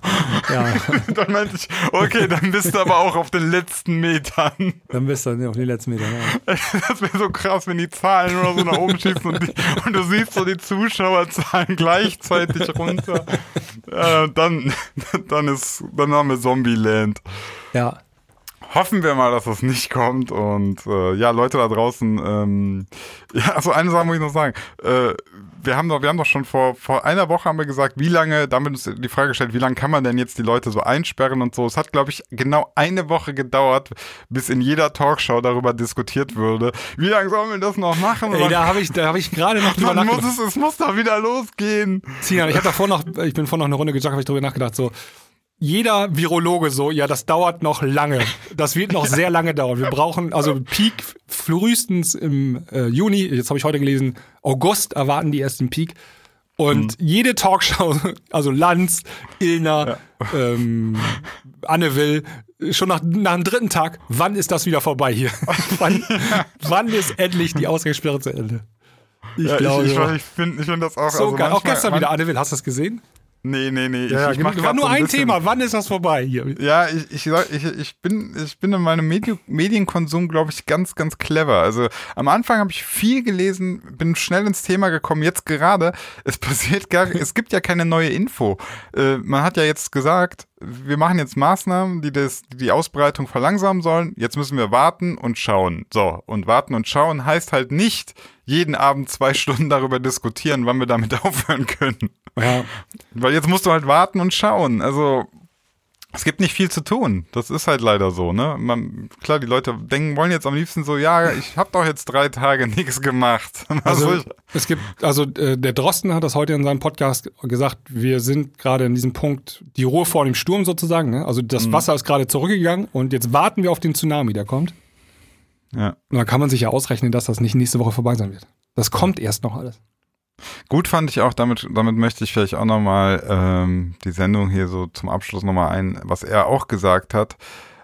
ja. Dann meinte ich, okay, dann bist du aber auch auf den letzten Metern. Dann bist du auf den letzten Metern, ja. Das wäre so krass, wenn die Zahlen nur so nach oben schießen und, die, und du siehst so die Zuschauerzahlen gleichzeitig runter. Ja, dann, dann, ist, dann haben wir Zombieland. Ja. Hoffen wir mal, dass das nicht kommt und äh, ja, Leute da draußen, ähm, ja, also eine Sache muss ich noch sagen, äh, wir haben doch, wir haben doch schon vor, vor einer Woche haben wir gesagt, wie lange, damit uns die Frage gestellt, wie lange kann man denn jetzt die Leute so einsperren und so. Es hat, glaube ich, genau eine Woche gedauert, bis in jeder Talkshow darüber diskutiert würde. Wie lange sollen wir das noch machen? Ey, da habe ich, da habe ich gerade noch drüber nachgedacht. Muss es, es muss doch wieder losgehen. Sinan, ich habe davor noch, ich bin vorhin noch eine Runde gejoggt, habe ich drüber nachgedacht, so, jeder Virologe so, ja, das dauert noch lange. Das wird noch sehr lange dauern. Wir brauchen, also Peak frühestens im äh, Juni, jetzt habe ich heute gelesen, August erwarten die ersten Peak. Und mhm. jede Talkshow, also Lanz, Illner, ja. ähm, Anne Will, schon nach, nach dem dritten Tag, wann ist das wieder vorbei hier? wann, wann ist endlich die Ausgangssperre zu Ende? Ich ja, glaube, ich, ich, ich finde ich find das auch. So also geil. Manchmal, auch gestern wieder Anne Will, hast du das gesehen? Nee, nee, nee. Ja, ich, ich mach war nur so ein, ein Thema. Wann ist das vorbei hier? Ja, ich, ich, ich, ich, bin, ich bin in meinem Medi- Medienkonsum, glaube ich, ganz, ganz clever. Also am Anfang habe ich viel gelesen, bin schnell ins Thema gekommen. Jetzt gerade, es passiert gar, es gibt ja keine neue Info. Äh, man hat ja jetzt gesagt, wir machen jetzt Maßnahmen, die das, die, die Ausbreitung verlangsamen sollen. Jetzt müssen wir warten und schauen. So, und warten und schauen heißt halt nicht, jeden Abend zwei Stunden darüber diskutieren, wann wir damit aufhören können. Ja. Weil jetzt musst du halt warten und schauen. Also, es gibt nicht viel zu tun. Das ist halt leider so, ne? Man, klar, die Leute denken, wollen jetzt am liebsten so, ja, ich habe doch jetzt drei Tage nichts gemacht. Also, es gibt, also äh, der Drosten hat das heute in seinem Podcast gesagt, wir sind gerade in diesem Punkt, die Ruhe vor dem Sturm sozusagen, ne? Also das mhm. Wasser ist gerade zurückgegangen und jetzt warten wir auf den Tsunami, der kommt. Ja. Und dann kann man sich ja ausrechnen, dass das nicht nächste Woche vorbei sein wird. Das kommt erst noch alles. Gut fand ich auch, damit, damit möchte ich vielleicht auch nochmal ähm, die Sendung hier so zum Abschluss nochmal ein, was er auch gesagt hat.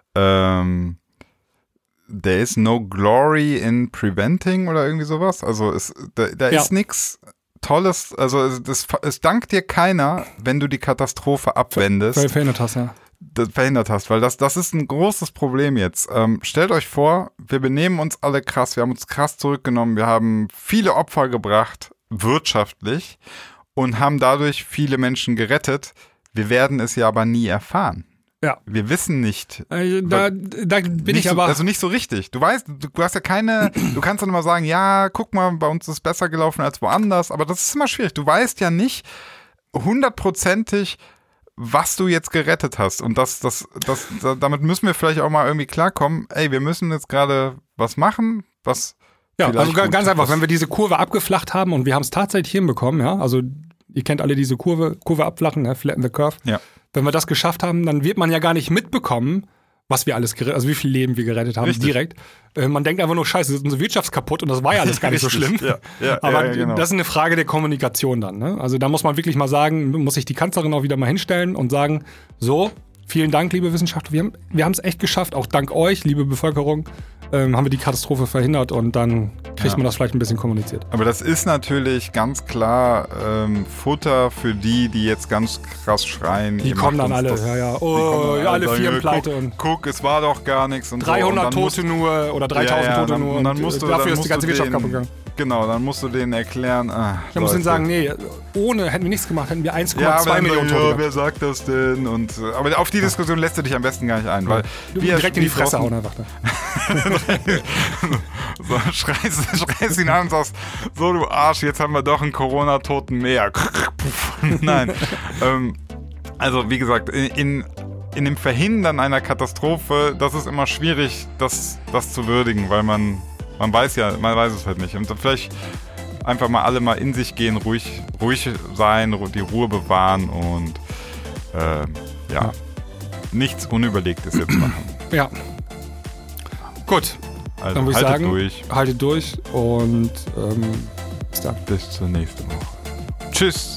Ähm, there is no glory in preventing oder irgendwie sowas. Also es, da, da ja. ist nichts Tolles, also es, das, es dankt dir keiner, wenn du die Katastrophe abwendest. Ver- verhindert hast, ja. Das verhindert hast, weil das, das ist ein großes Problem jetzt. Ähm, stellt euch vor, wir benehmen uns alle krass, wir haben uns krass zurückgenommen, wir haben viele Opfer gebracht, wirtschaftlich, und haben dadurch viele Menschen gerettet. Wir werden es ja aber nie erfahren. Ja. Wir wissen nicht. Also da, da bin ich so, aber... Also nicht so richtig. Du weißt, du, du hast ja keine, du kannst dann immer sagen, ja, guck mal, bei uns ist es besser gelaufen als woanders, aber das ist immer schwierig. Du weißt ja nicht hundertprozentig, was du jetzt gerettet hast. Und das, das, das, damit müssen wir vielleicht auch mal irgendwie klarkommen. Ey, wir müssen jetzt gerade was machen, was Ja, also gut, ganz einfach, wenn wir diese Kurve abgeflacht haben und wir haben es tatsächlich hinbekommen, ja, also ihr kennt alle diese Kurve, Kurve abflachen, ne? Flatten the curve. Ja. Wenn wir das geschafft haben, dann wird man ja gar nicht mitbekommen, was wir alles gerettet, also wie viel Leben wir gerettet haben, Richtig. direkt. Äh, man denkt einfach nur, scheiße, ist unsere Wirtschaft kaputt und das war ja alles gar nicht so schlimm. Ja, ja, Aber ja, genau. das ist eine Frage der Kommunikation dann. Ne? Also da muss man wirklich mal sagen, muss sich die Kanzlerin auch wieder mal hinstellen und sagen, so, vielen Dank, liebe Wissenschaftler, wir haben wir haben es echt geschafft, auch dank euch, liebe Bevölkerung, ähm, haben wir die Katastrophe verhindert und dann kriegt ja. man das vielleicht ein bisschen kommuniziert. Aber das ist natürlich ganz klar ähm, Futter für die, die jetzt ganz krass schreien. Die kommen dann alle, das, ja, ja. Oh, alle, alle Firmen pleite. Guck, und guck, es war doch gar nichts. Und dreihundert so. Und Tote musst, nur oder dreitausend ja, ja, Tote dann, nur. Und dann musst du, dafür dann ist die ganze Wirtschaft kaputt gegangen. Genau, dann musst du denen erklären. Ah, dann musst du Leute. denen sagen, nee, ohne hätten wir nichts gemacht, hätten wir eins Komma Ja, zwei aber Millionen dann, Tote ja, gehabt. wer sagt das denn? Und, äh, aber auf die Diskussion lässt du dich am besten gar nicht ein, weil Du wir direkt in die wie Fresse draußen- hauen einfach. Ne? so, schreist, schreist ihn an und sagst, so du Arsch, jetzt haben wir doch einen Corona-Toten mehr. Puff. Nein. ähm, also wie gesagt, in, in, in dem Verhindern einer Katastrophe, das ist immer schwierig, das, das zu würdigen, weil man, man weiß ja, man weiß es halt nicht. Und vielleicht einfach mal alle mal in sich gehen, ruhig, ruhig sein, ru- die Ruhe bewahren und äh, ja, Ja. nichts Unüberlegtes jetzt machen. Ja. Gut, Also dann würde ich haltet sagen, durch. haltet durch und ähm, bis dann. Bis zur nächsten Woche. Tschüss.